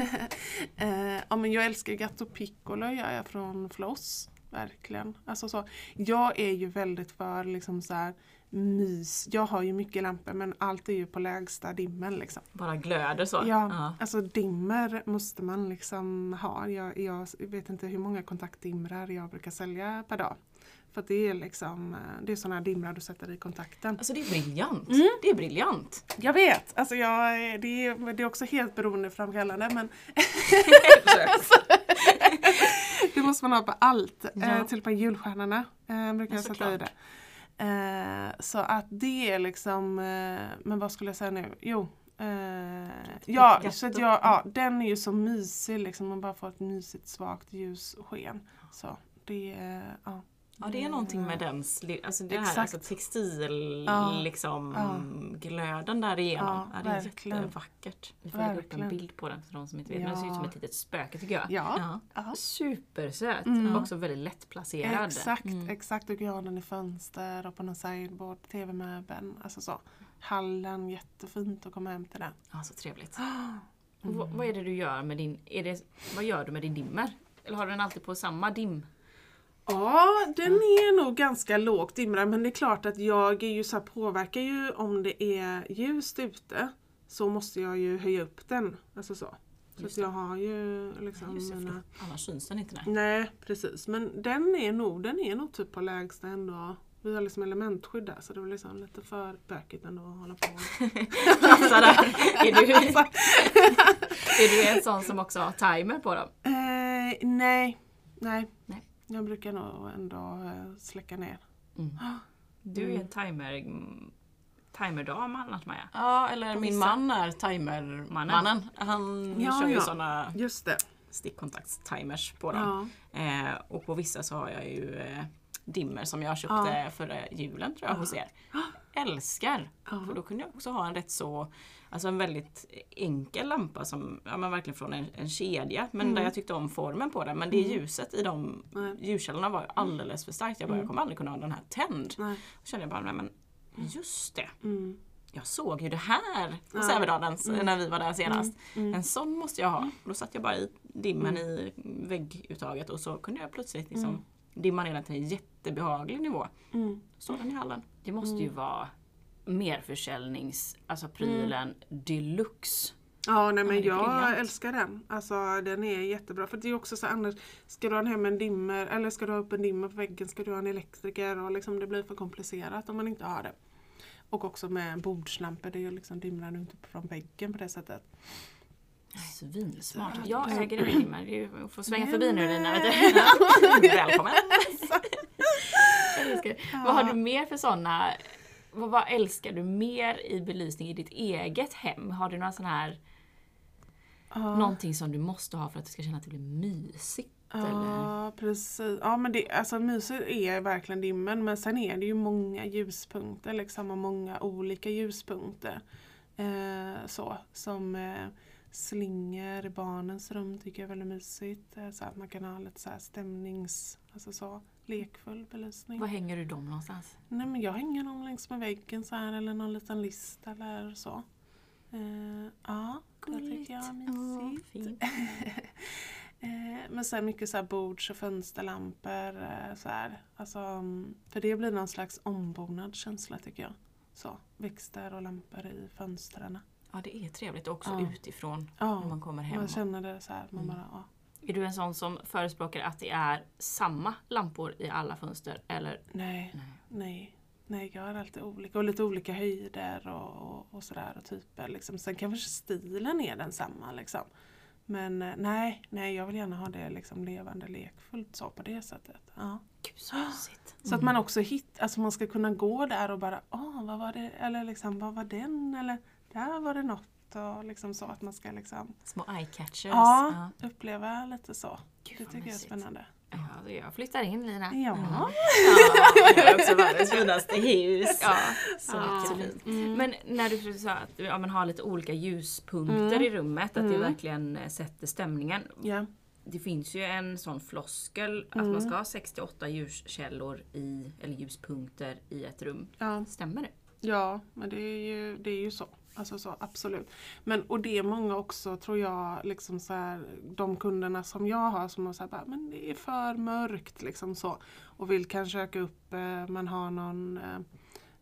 eh, ja, men jag älskar Gatto Piccolo gör jag från Floss. Verkligen. Alltså så. Jag är ju väldigt för liksom så här mys. Jag har ju mycket lampor men allt är ju på lägsta dimmen liksom. Bara glöder så. Ja, Ja. alltså dimmer måste man liksom ha. Jag, jag vet inte hur många kontaktdimrar jag brukar sälja per dag. För att det är liksom, det är sådana här dimrar du sätter i kontakten. Alltså det är briljant. Mm. Det är briljant. Jag vet, alltså jag, det, är, det är också helt beroendeframkallande men det måste man ha på allt. Ja. Eh, till och med julstjärnorna eh, brukar Ja, jag sätta i det. Eh, så att det är liksom, eh, men vad skulle jag säga nu? Jo, eh, ja, så att jag, ja, den är ju så mysig liksom, man bara får ett mysigt svagt ljussken. Så det är, ja. Ja, det är någonting med den, alltså det här Exakt. alltså textil, Ja. liksom Ja. glöden där igenom. Ja, Ja, det är verkligen. jättevackert. Vi får lägga upp en Verkligen. bild på den för de som inte vet. Ja. Men det ser ut som ett litet spöke tycker jag. Ja. Ja. Supersöt. Mm. Också väldigt lättplacerad. Exakt, Mm. exakt. Du kan ha den i fönster och på någon sideboard, tv-möbeln, alltså så. Hallen, jättefint att komma hem till den. Ja, så trevligt. Och vad, vad är det du gör med din, är det, vad gör du med din dimmer? Eller har du den alltid på samma dim? Ja, den är nog ganska lågt dimrad, men det är klart att jag är ju så här, påverkar ju om det är ljust ute så måste jag ju höja upp den. Alltså så. Så Just att jag har ju liksom Just det, för mina... annars syns den inte. Nej. Nej, precis. Men den är nog, den är nog typ på lägsta ändå. Vi har liksom elementskydd där så det är liksom lite för bökigt ändå att hålla på. Alltså, där, är, du, är du en sån som också har timer på dem? Eh, nej, nej. Nej. Jag brukar nog ändå eh, släcka ner. Mm. Du är en timer, timerdam annars Maja. Ja, eller min vissa- man är timermannen. Han Ja, kör ju ja. sådana Just det. stickkontaktstimers på dem. Ja. Eh, och på vissa så har jag ju eh, dimmer som jag köpte Ja. förra julen tror jag Ja. hos er. Älskar! Ja. För då kunde jag också ha en rätt så, alltså en väldigt enkel lampa som, ja men verkligen från en, en kedja. Men Mm. där jag tyckte om formen på den. Men det Mm. ljuset i de Nej. ljuskällorna var ju alldeles för starkt. Jag bara, Mm. jag kommer aldrig kunna ha den här tänd. Nej. Då kände jag bara, nej men just det. Mm. Jag såg ju det här på Ja. Sävedalen Mm. när vi var där senast. Mm. En sån måste jag ha. Och då satte jag bara i dimmen i vägguttaget och så kunde jag plötsligt liksom Mm. dimma ner den till en jättebehaglig nivå. Mm. Så den i hallen. Det måste ju vara merförsäljnings, alltså prylen deluxe. Ja, nej men Ja, det är jag briljant. älskar den. Alltså den är jättebra. För det är också så annars, ska du ha hem en dimmer eller ska du ha upp en dimmer på väggen, ska du ha en elektriker och liksom det blir för komplicerat om man inte har det. Och också med bordslampor, det är ju liksom dimrar inte från väggen på det sättet. Svinsmart. Så- Jag äger en dimmer. Du får svänga Nej, förbi nu men- Lina. Vet du. Välkommen. Jag älskar. Ja. Vad har du mer för sådana? Vad, vad älskar du mer i belysning i ditt eget hem? Har du några sån här, Ja. någonting som du måste ha för att du ska känna att det blir mysigt? Eller? Ja, precis. Ja, men det, alltså mysigt är verkligen dimmen, men sen är det ju många ljuspunkter liksom och många olika ljuspunkter. Eh, så, som eh, slinger i barnens rum tycker jag är väldigt mysigt. Eh, så att man kan ha lite så här stämnings, alltså så, lekfull belysning. Var hänger du dem någonstans? Nej, men jag hänger dem längs med väggen så här eller någon liten list eller så. Eh, ja, det tycker jag är mysigt. fint. Eh, men så här mycket så här bords- och fönsterlampor. Eh, så här. Alltså, mm, för det blir någon slags ombonad känsla tycker jag. Så, växter och lampor i fönstren. Ja, det är trevligt också Ja. utifrån Ja, när man kommer hem. man känner det så här. Man Mm. bara, ja. Är du en sån som förespråkar att det är samma lampor i alla fönster? Eller? Nej, Nej. nej. Nej, jag har alltid olika. Och lite olika höjder och, och, och sådär och typer. Liksom. Sen kanske stilen är densamma liksom. Men eh, nej, nej, jag vill gärna ha det liksom levande, lekfullt så på det sättet. Ja. Gud så mysigt. Så att man också hittar, alltså man ska kunna gå där och bara, åh, vad var det, eller liksom, vad var den, eller där var det något och liksom så att man ska liksom, Små eye-catchers. ja, uppleva lite så. Gud, Det vad tycker jag är mysigt. spännande. Ja, jag flyttar in Lina. Ja. Ja, Jag har också världens finaste hus. ja. Så Ja. jättefint. Mm. Men när du sa att ja, man har lite olika ljuspunkter Mm. i rummet, att det Mm. verkligen eh, sätter stämningen. Ja. Det finns ju en sån floskel att Mm. man ska ha sex till åtta ljuskällor i, eller ljuspunkter i ett rum. Ja. Stämmer det? Ja, men det är ju, det är ju så. Alltså så, absolut. Men, och det är många också, tror jag, liksom så här, de kunderna som jag har som har sagt, men det är för mörkt liksom så. Och vill kanske öka upp, eh, man har någon, eh,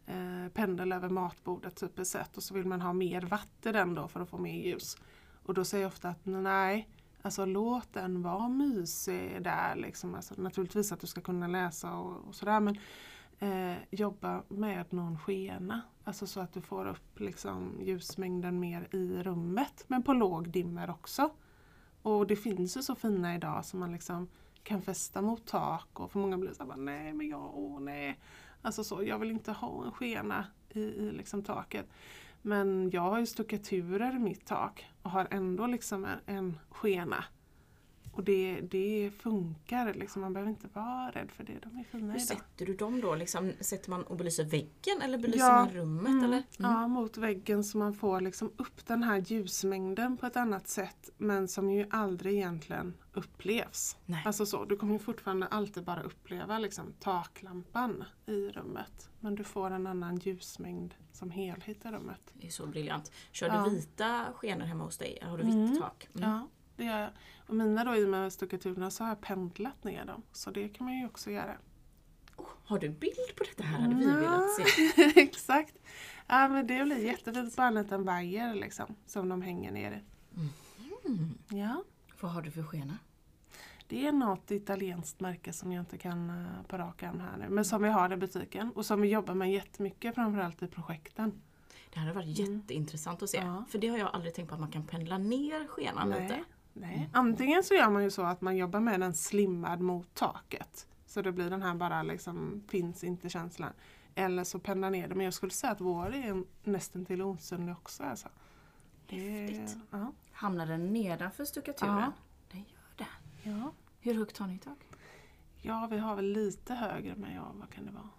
eh, pendel över matbordet typiskt sett. Och så vill man ha mer watt i den då för att få mer ljus. Och då säger jag ofta att nej, alltså låt den vara mysig där. Liksom. Alltså, naturligtvis att du ska kunna läsa och, och sådär. Men eh, jobba med någon skena. Alltså så att du får upp liksom, ljusmängden mer i rummet. Men på låg dimmer också. Och det finns ju så fina idag som man liksom kan fästa mot tak. Och för många blir så här, nej men jag, åh nej. Alltså så, jag vill inte ha en skena i, i liksom taket. Men jag har ju stuckaturer i mitt tak och har ändå liksom en, en skena. Och det, det funkar, liksom. Man behöver inte vara rädd för det. De är fina Hur idag. sätter du dem då? Liksom, sätter man och belyser väggen eller belyser Ja, man rummet? Mm, eller? Mm. Ja, mot väggen så man får liksom upp den här ljusmängden på ett annat sätt. Men som ju aldrig egentligen upplevs. Nej. Alltså så, du kommer ju fortfarande alltid bara uppleva liksom, taklampan i rummet. Men du får en annan ljusmängd som helhet i rummet. Det är så briljant. Kör Ja. du vita skenor hemma hos dig? Har du vitt Mm. tak? Mm. Ja, det gör jag. Och mina då i och med stuckaturerna så har jag pendlat ner dem. Så det kan man ju också göra. Oh, har du bild på detta här? Hade vi velat se. Exakt. Ja, men det blir jättefint. Bara en liten vajer liksom. Som de hänger ner i. Mm. Ja. Vad har du för skena? Det är något italienskt märke som jag inte kan uh, på rak arm här nu. Men som vi har i butiken. Och som vi jobbar med jättemycket. Framförallt i projekten. Det hade varit Mm. jätteintressant att se. Ja. För det har jag aldrig tänkt på att man kan pendla ner skenan Nej. lite. Nej. Antingen så gör man ju så att man jobbar med den slimmad mot taket. Så det blir den här bara liksom, finns inte känslan. Eller så pendlar ner det. Men jag skulle säga att vår är nästan till osynlig också. Alltså. Häftigt. Det, ja. Hamnar den nedanför stuckaturen? Ja. Det gör det. Ja. Hur högt har ni i tak? ja, vi har väl lite högre. Men ja, vad kan det vara?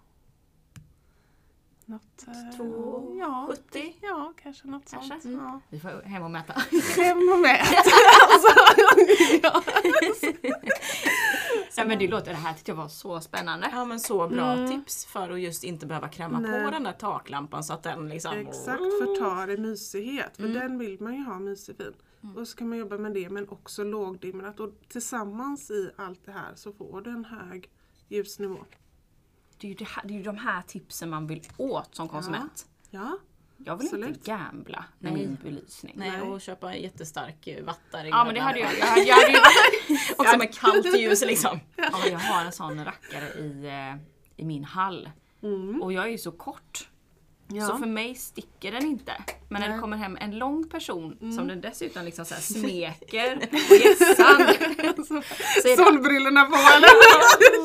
Något, eh, Två ja, sjuttio? ja, kanske något Kanske. sånt. Mm. Ja. Vi får hem och mäta. Fem och mät. alltså, ja. Ja, men det låter det här tyckte jag var så spännande. Ja, men så bra Mm. tips för att just inte behöva kräma Nej. på den där taklampan så att den liksom... Exakt, förtar i mysighet. För Mm. den vill man ju ha mysig fin. Mm. Och så kan man jobba med det men också lågdimrat. Och tillsammans i allt det här så får du en hög ljusnivå. Det är, ju det, här, det är ju de här tipsen man vill åt som konsument. Ja, Jag vill Absolut. inte gambla med Nej. min belysning. Nej, Nej. och köpa en jättestark vattare. Ja, men det hade jag. Jag, hade- jag, hade ju, Också med kallt ljus liksom. ja, jag har en sån rackare i, eh, i min hall. mm. Och jag är ju så kort. ja. Så för mig sticker den inte. Men när det Nej. kommer hem en lång person Mm. som den dessutom liksom så här smeker och gässan. så, Så är det, solbrillorna på eller?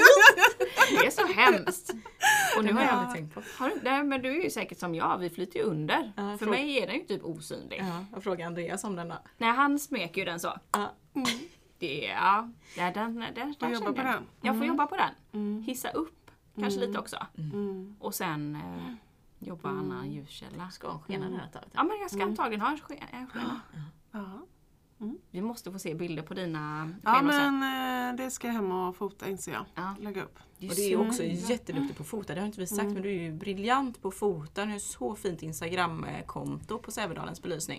det är så hemskt. Och nu har Det har jag jag aldrig tänkt på. Har du, nej, men du är ju säkert som jag, vi flyter ju under. Ja, för frå- mig är den ju typ osynlig. Ja, jag frågar Andreas om den då. Nej, han smeker ju den så. Ja. Det är, ja, där, den, där, där Får jobba känner på jag. den. Jag får Mm. jobba på den. Mm. Hissa upp, kanske Mm. lite också. Mm. Och sen eh, jobba Mm. annan ljuskälla. Ska ha en skena Mm. där ett tag. Ja, men jag ska Mm. antagligen ha en ske- en skena. Ja. Vi måste få se bilder på dina ja, skenor sen. men eh, det ska jag hem och fota inser jag. Ja. Lägga upp. Och du är ju också jätteduktig på att fota, det har inte vi sagt, Mm. men du är ju briljant på att fota. Du har så fint Instagram-konto på Sävedalens belysning.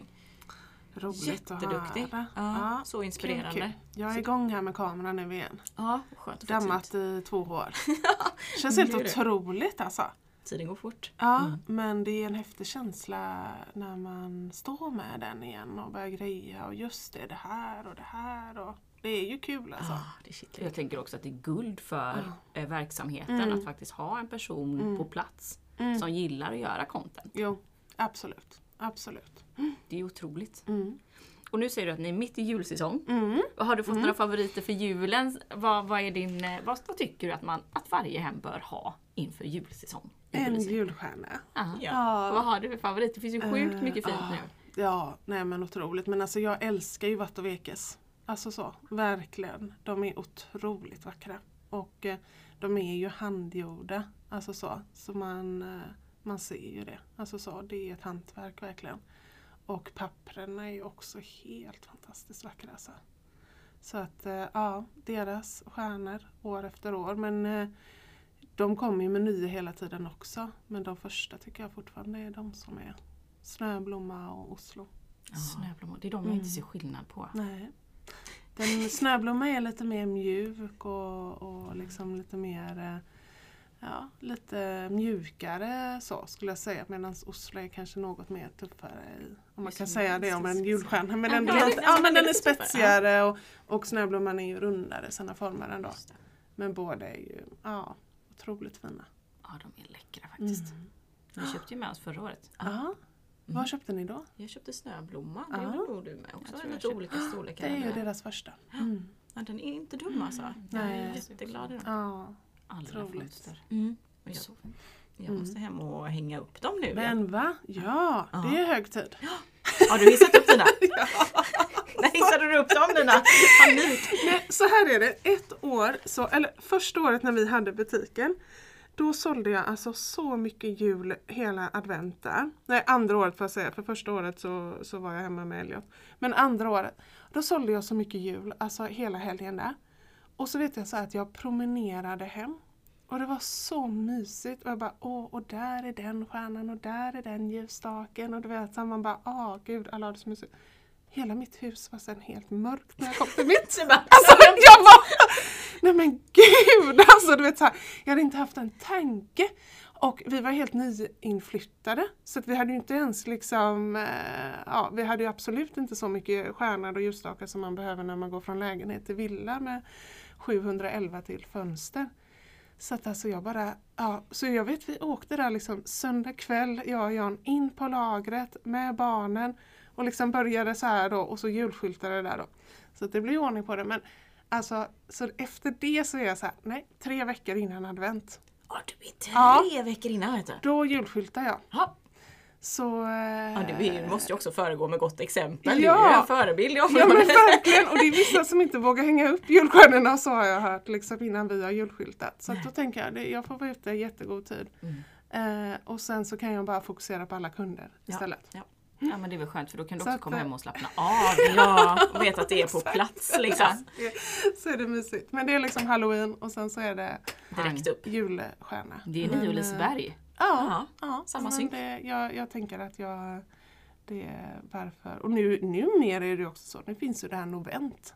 Roligt Jätteduktig. att höra. Ja, så inspirerande. Kul, kul. Jag är igång här med kameran nu igen. Ja, skönt att få Dammat tid. i två år. Känns Det helt är det. otroligt alltså. Tiden går fort. Ja, Mm. men det är en häftig känsla när man står med den igen och börjar greja och just det, det här och det här och det är ju kul alltså. Ah, det är shit. Jag tänker också att det är guld för Ja. eh, verksamheten Mm. att faktiskt ha en person Mm. på plats Mm. som gillar att göra content. Jo, absolut. Absolut. Det är otroligt. Mm. Och nu säger du att ni är mitt i julsäsong. Mm. Och har du fått Mm. några favoriter för julen? Vad, vad, är din, eh, vad, vad tycker du att, man, att varje hem bör ha inför julsäsong? i En belysning? julstjärna. Aha. Ja. Och vad har du för favorit? Det finns ju sjukt Eh, mycket fint ah. nu. Ja, nej men otroligt. Men alltså jag älskar ju vatt och vekes. Alltså så, verkligen. De är otroligt vackra. Och eh, de är ju handgjorda. Alltså så. Så man, eh, man ser ju det. Alltså så, det är ett hantverk verkligen. Och papperna är ju också helt fantastiskt vackra alltså. Så att eh, ja, deras stjärnor år efter år. Men eh, de kommer ju med nya hela tiden också. Men de första tycker jag fortfarande är de som är Snöblomma och Oslo. Snöblommor, det är de jag Mm. inte ser skillnad på. Nej. Den Snöblomma är lite mer mjuk och, och liksom lite mer ja, lite mjukare så skulle jag säga. Medan Oslo är kanske något mer tuffare. I, om man kan säga det om en julstjärna. Men den, Ja, lite, ja, ja, men den är lite tuffare, spetsigare och, och snöblomman är ju rundare sina former ändå. Men båda är ju ja, otroligt fina. Ja, de är läckra faktiskt. Mm. Vi köpte ju med oss förra året. Ja. Vad köpte ni då? Jag köpte snöblomma. Det Ja. är nog du med också. Jag tror Lite jag köpte- olika storlekar. Det är ju deras första. Mm. Ja, den är inte dum alltså. Jag är Nej. jätteglad i den. Ja, Allra otroligt. fönster. Mm. Och jag, Så. jag måste hem och hänga upp dem nu. Men va? Ja, Ja. det är hög tid. Har du hissat upp dina? När hissade du upp dem dina? Panik. Nej, så här är det. Ett år, så, eller första året när vi hade butiken, då sålde jag alltså så mycket jul hela advent där. Nej, andra året får jag säga. För första året så, så var jag hemma med Elliot. Men andra året, då sålde jag så mycket jul, alltså hela helgen där. Och så vet jag så här att jag promenerade hem. Och det var så mysigt. Och jag bara, åh, och där är den stjärnan och där är den ljusstaken. Och du vet, så man bara, åh gud, alla har det så mysigt. Hela mitt hus var sen helt mörkt när jag kom till mitt. Alltså jag var, nej men gud, alltså du vet så här, jag hade inte haft en tanke. Och vi var helt nyinflyttade. Så att vi hade ju inte ens liksom, eh, ja vi hade ju absolut inte så mycket stjärnor och ljusstakar som man behöver när man går från lägenhet till villa med sjuhundraelva till fönster. Så att alltså jag bara, ja, så jag vet vi åkte där liksom söndag kväll, jag och Jan, in på lagret med barnen. Och liksom började så här då och så julskyltade det där då. Så att det blev ordning på det. Men alltså, så efter det så är jag så här, nej, tre veckor innan advent. Ja, du är tre Ja. veckor innan vet du. Då julskyltar jag. Ja. Så... Eh, Ja, du är, ju- måste ju också föregå med gott exempel. Ja. Du är ju en förebild. Ja men verkligen, och det är vissa som inte vågar hänga upp julstjärnorna, så har jag hört liksom innan vi har julskyltat. Så att då tänker jag, det, jag får vara ute i jättegod tid. Mm. Eh, och sen så kan jag bara fokusera på alla kunder istället. Ja. Ja men det är väl skönt för då kan du Så också att, komma eh, hem och slappna Ja, ja, och vet att det är på plats liksom. Så är det mysigt. Men det är liksom Halloween och sen så är det Direkt upp. julstjärna. Det är Men, ni och eh, Liseberg. Ja, Ja, ja samma men synk. det, jag, jag tänker att jag, det är varför. Och nu, nu mer är det också så. Nu finns ju det här Novent.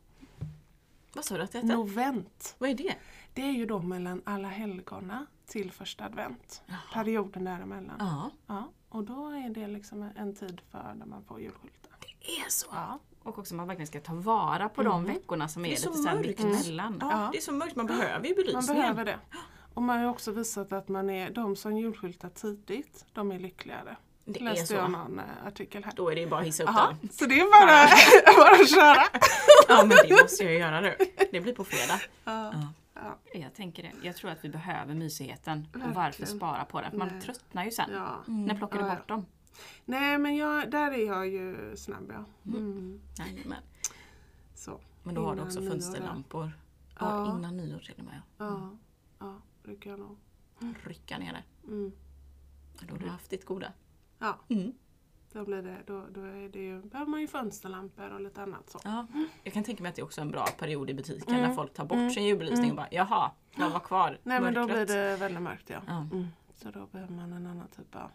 Vad sa du att det hette? Novent. Vad är det? Det är ju då mellan alla helgona till första advent. Perioden däremellan. Ja, Ja, och då är det liksom en tid för när man får julskylta. det är så. Ja. Och också man verkligen ska ta vara på de veckorna som är, Det är så lite så här mörkt. mittemellan. Ja, Ja. det är så mörkt. Man behöver ju belysningen. Man behöver det. Och man har ju också visat att man är, de som julskyltar tidigt, de är lyckligare. Det är Läste jag så. någon eh, artikel här. Då är det ju bara att hissa upp Aha, den. så det är bara, bara att köra. Ja, men det måste jag göra nu. Det blir på fredag. Ja. Ja. Ja. Jag tänker det. Jag tror att vi behöver mysigheten. Och Verkligen. varför spara på det? För man Nej. tröttnar ju sen. Ja. När plockar du Ja, ja. bort dem? Nej men jag, där är jag ju snabb ja. Mm. Jajamän. Så. Men då har du Innan också nyår, fönsterlampor. Ja, Ja. innan nyår till och med. Ja, ja, brukar jag nog. Rycka ner det. Mm. Då har du haft ditt goda. Ja, Mm. då blir det, då, då är det ju, behöver man ju fönsterlampor och lite annat så. Ja. Jag kan tänka mig att det är också en bra period i butiken Mm. när folk tar bort Mm. sin julbelysning och bara jaha, vad var kvar? Nej men då blir Mörkret. det väldigt mörkt ja. Ja. Mm. Så då behöver man en annan typ av...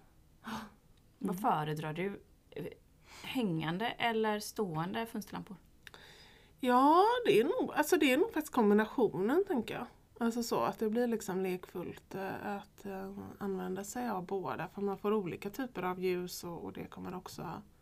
Vad föredrar du? Hängande eller stående fönsterlampor? Ja, det är nog, alltså det är nog faktiskt kombinationen tänker jag. Alltså så att det blir liksom lekfullt eh, att eh, använda sig av båda. För man får olika typer av ljus och, och det kommer också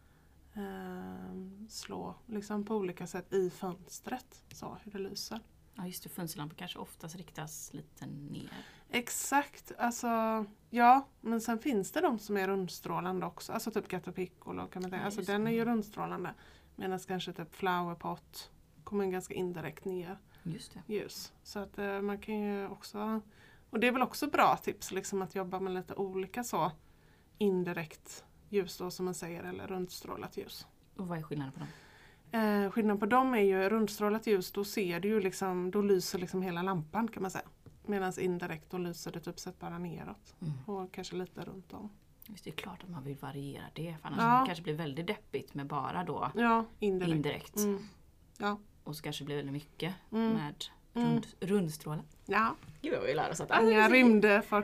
eh, slå liksom på olika sätt i fönstret. Så hur det lyser. Ja just det, fönsterlampor kanske oftast riktas lite ner. Exakt, alltså ja, men sen finns det de som är rundstrålande också. Alltså typ Gatto Piccolo kan man säga. Ja, Alltså just den är ju det. rundstrålande. Medan kanske typ Flowerpot kommer ganska indirekt ner Just det. ljus. Så att eh, man kan ju också, och det är väl också bra tips liksom att jobba med lite olika så indirekt ljus då som man säger eller rundstrålat ljus. Och vad är skillnaden på dem? Eh, skillnaden på dem är ju rundstrålat ljus, då ser du ju liksom, då lyser liksom hela lampan kan man säga. Medan indirekt då lyser det typ sett bara neråt. Mm. Och kanske lite runt om. Just det, är klart att man vill variera det. För annars Ja. kanske det blir väldigt deppigt med bara då Ja, indirekt. indirekt. Mm. Ja. Och så kanske det blir väldigt mycket Mm. med Mm. rund, rundstrålar. Ja, Gud vad vi lär oss att inga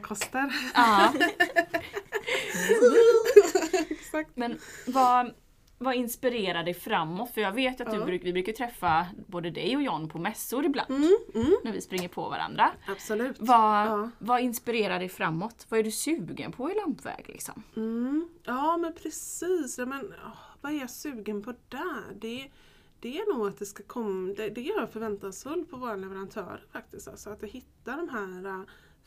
rymdfarkoster. Ja. Exakt. Men vad, vad inspirerar dig framåt? För jag vet att du Ja. bruk, vi brukar träffa både dig och John på mässor ibland. Mm, mm, När vi springer på varandra. absolut. Vad, Ja. vad inspirerar dig framåt? Vad är du sugen på i lampväg liksom? Mm. Ja men precis. Ja, men, åh, vad är jag sugen på där? Det, det är nog att det ska komma, det, det är jag förväntansfull på våra leverantörer faktiskt. Alltså att hitta de här uh,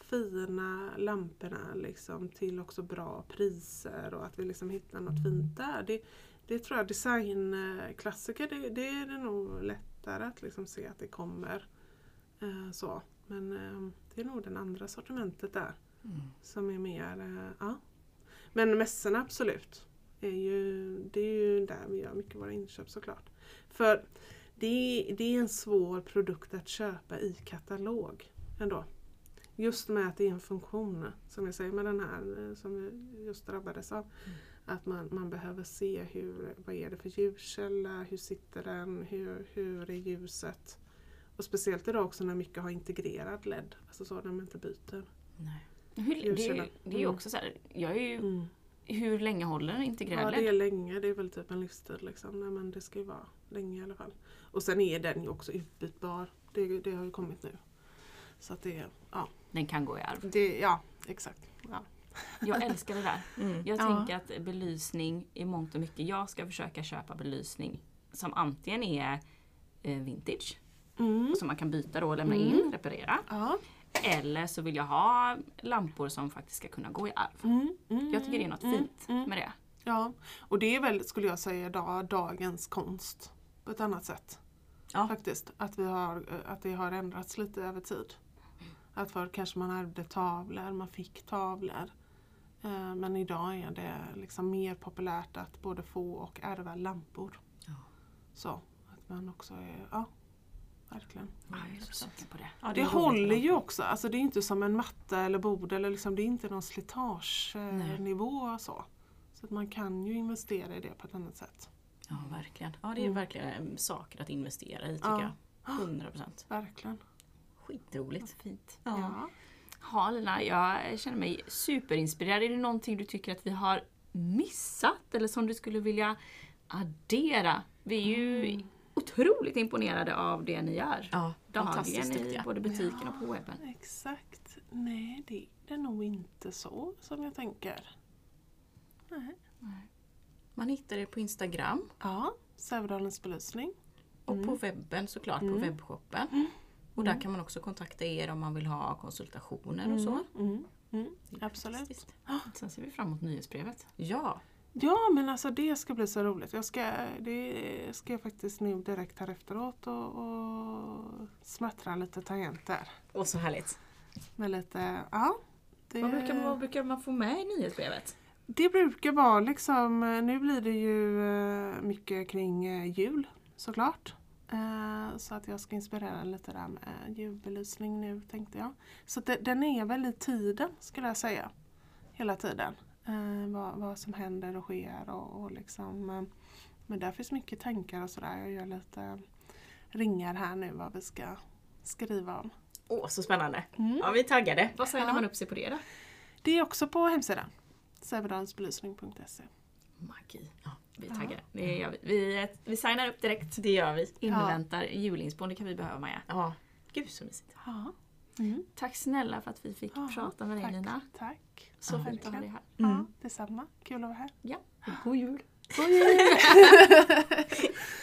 fina lamporna liksom, till också bra priser och att vi liksom hittar något fint där. Det, det tror jag designklassiker, det, det är det nog lättare att liksom se att det kommer uh, så. Men uh, det är nog den andra sortimentet där Mm. som är mer, uh, ja. Men mässorna absolut. Är ju, det är ju där vi gör mycket våra inköp såklart. För det är, det är en svår produkt att köpa i katalog ändå. Just med att det är en funktion, som jag säger med den här som vi just drabbades av. Mm. Att man, man behöver se hur, vad är det för ljuskälla, hur sitter den, hur, hur är ljuset. Och speciellt idag också när mycket har integrerad L E D, alltså så när man inte byter. Nej. Hur, det, är, det är ju också så här, jag är ju, mm. hur länge håller en integrerad Ja, L E D? det är länge, det är väl typ en livstid liksom. Nej, men det ska ju vara länge i alla fall. Och sen är den ju också utbytbar, det, det har ju kommit nu. Så att det, ja. Den kan gå i arv. Det, ja, exakt. Ja. Jag älskar det där. Mm. Jag Ja. tänker att belysning i mångt och mycket, jag ska försöka köpa belysning som antingen är eh, vintage, Mm. som man kan byta då och lämna Mm. in, reparera. Ja. Eller så vill jag ha lampor som faktiskt ska kunna gå i arv. Mm. Mm. Jag tycker det är något Mm. fint Mm. med det. Ja, och det är väl, skulle jag säga, dag, dagens konst på ett annat sätt. Ja. Faktiskt, att, vi har, att det har ändrats lite över tid. Att förr kanske man ärvde tavlor, man fick tavlor. Eh, men idag är det liksom mer populärt att både få och ärva lampor. Ja. Så, att man också är, ja, verkligen. Ja, jag är så sugen på det. Ja, Det, är roligt håller med ju lampor. också, alltså det är inte som en matta eller bord, eller liksom, det är inte någon slitagenivå och så. Så att man kan ju investera i det på ett annat sätt. Ja, verkligen. Ja, det är Mm. verkligen eh, saker att investera i tycker Ja. jag. hundra procent. Verkligen. Skitroligt. Fint. Ja. Ja. Ja, Lina, jag känner mig superinspirerad. Är det någonting du tycker att vi har missat eller som du skulle vilja addera? Vi är ju Mm. otroligt imponerade av det ni gör. Ja, fantastiskt Dagligen i duktiga. både butiken och på webben. Exakt. Nej, det är det nog inte så som jag tänker. Nej. Man hittar det på Instagram Ja, Sävedalens belysning. och Mm. på webben såklart, på Mm. webbshoppen. Och där kan man också kontakta er om man vill ha konsultationer och så. Mm. Mm. Det är Absolut. fantastiskt. Sen ser vi fram emot nyhetsbrevet. Ja, Ja, men alltså det ska bli så roligt. Jag ska, det ska jag faktiskt nu direkt här efteråt och, och smattra lite tangenter. och så härligt. Med lite, ja. Det, Vad brukar, vad brukar man få med i nyhetsbrevet? det brukar vara liksom, nu blir det ju eh, mycket kring eh, jul såklart. Eh, Så att jag ska inspirera lite där med julbelysning nu tänkte jag. Så att det, den är väl i tiden skulle jag säga. Hela tiden. Eh, vad, vad som händer och sker och, och liksom. Eh, men där finns mycket tankar och sådär. Jag gör lite ringar här nu vad vi ska skriva om. Åh, så spännande. Mm. Ja, vi är taggade. Vad signar Ja. man upp sig på det då? Det är också på hemsidan. sävedalensbelysning punkt se. Magi. Ja, vi är taggade. Det gör vi. Vi, vi signar upp direkt. Det gör vi. Inväntar julinspo. Det kan vi behöva, Maja. Ja, gud så mysigt. Ja. Mm. Tack snälla för att vi fick Ja, prata med dig, tack, Lina. Tack. Så Ja, fint att ha dig verkligen. här. Ja, detsamma. Kul att vara här. Ja. God jul! God jul!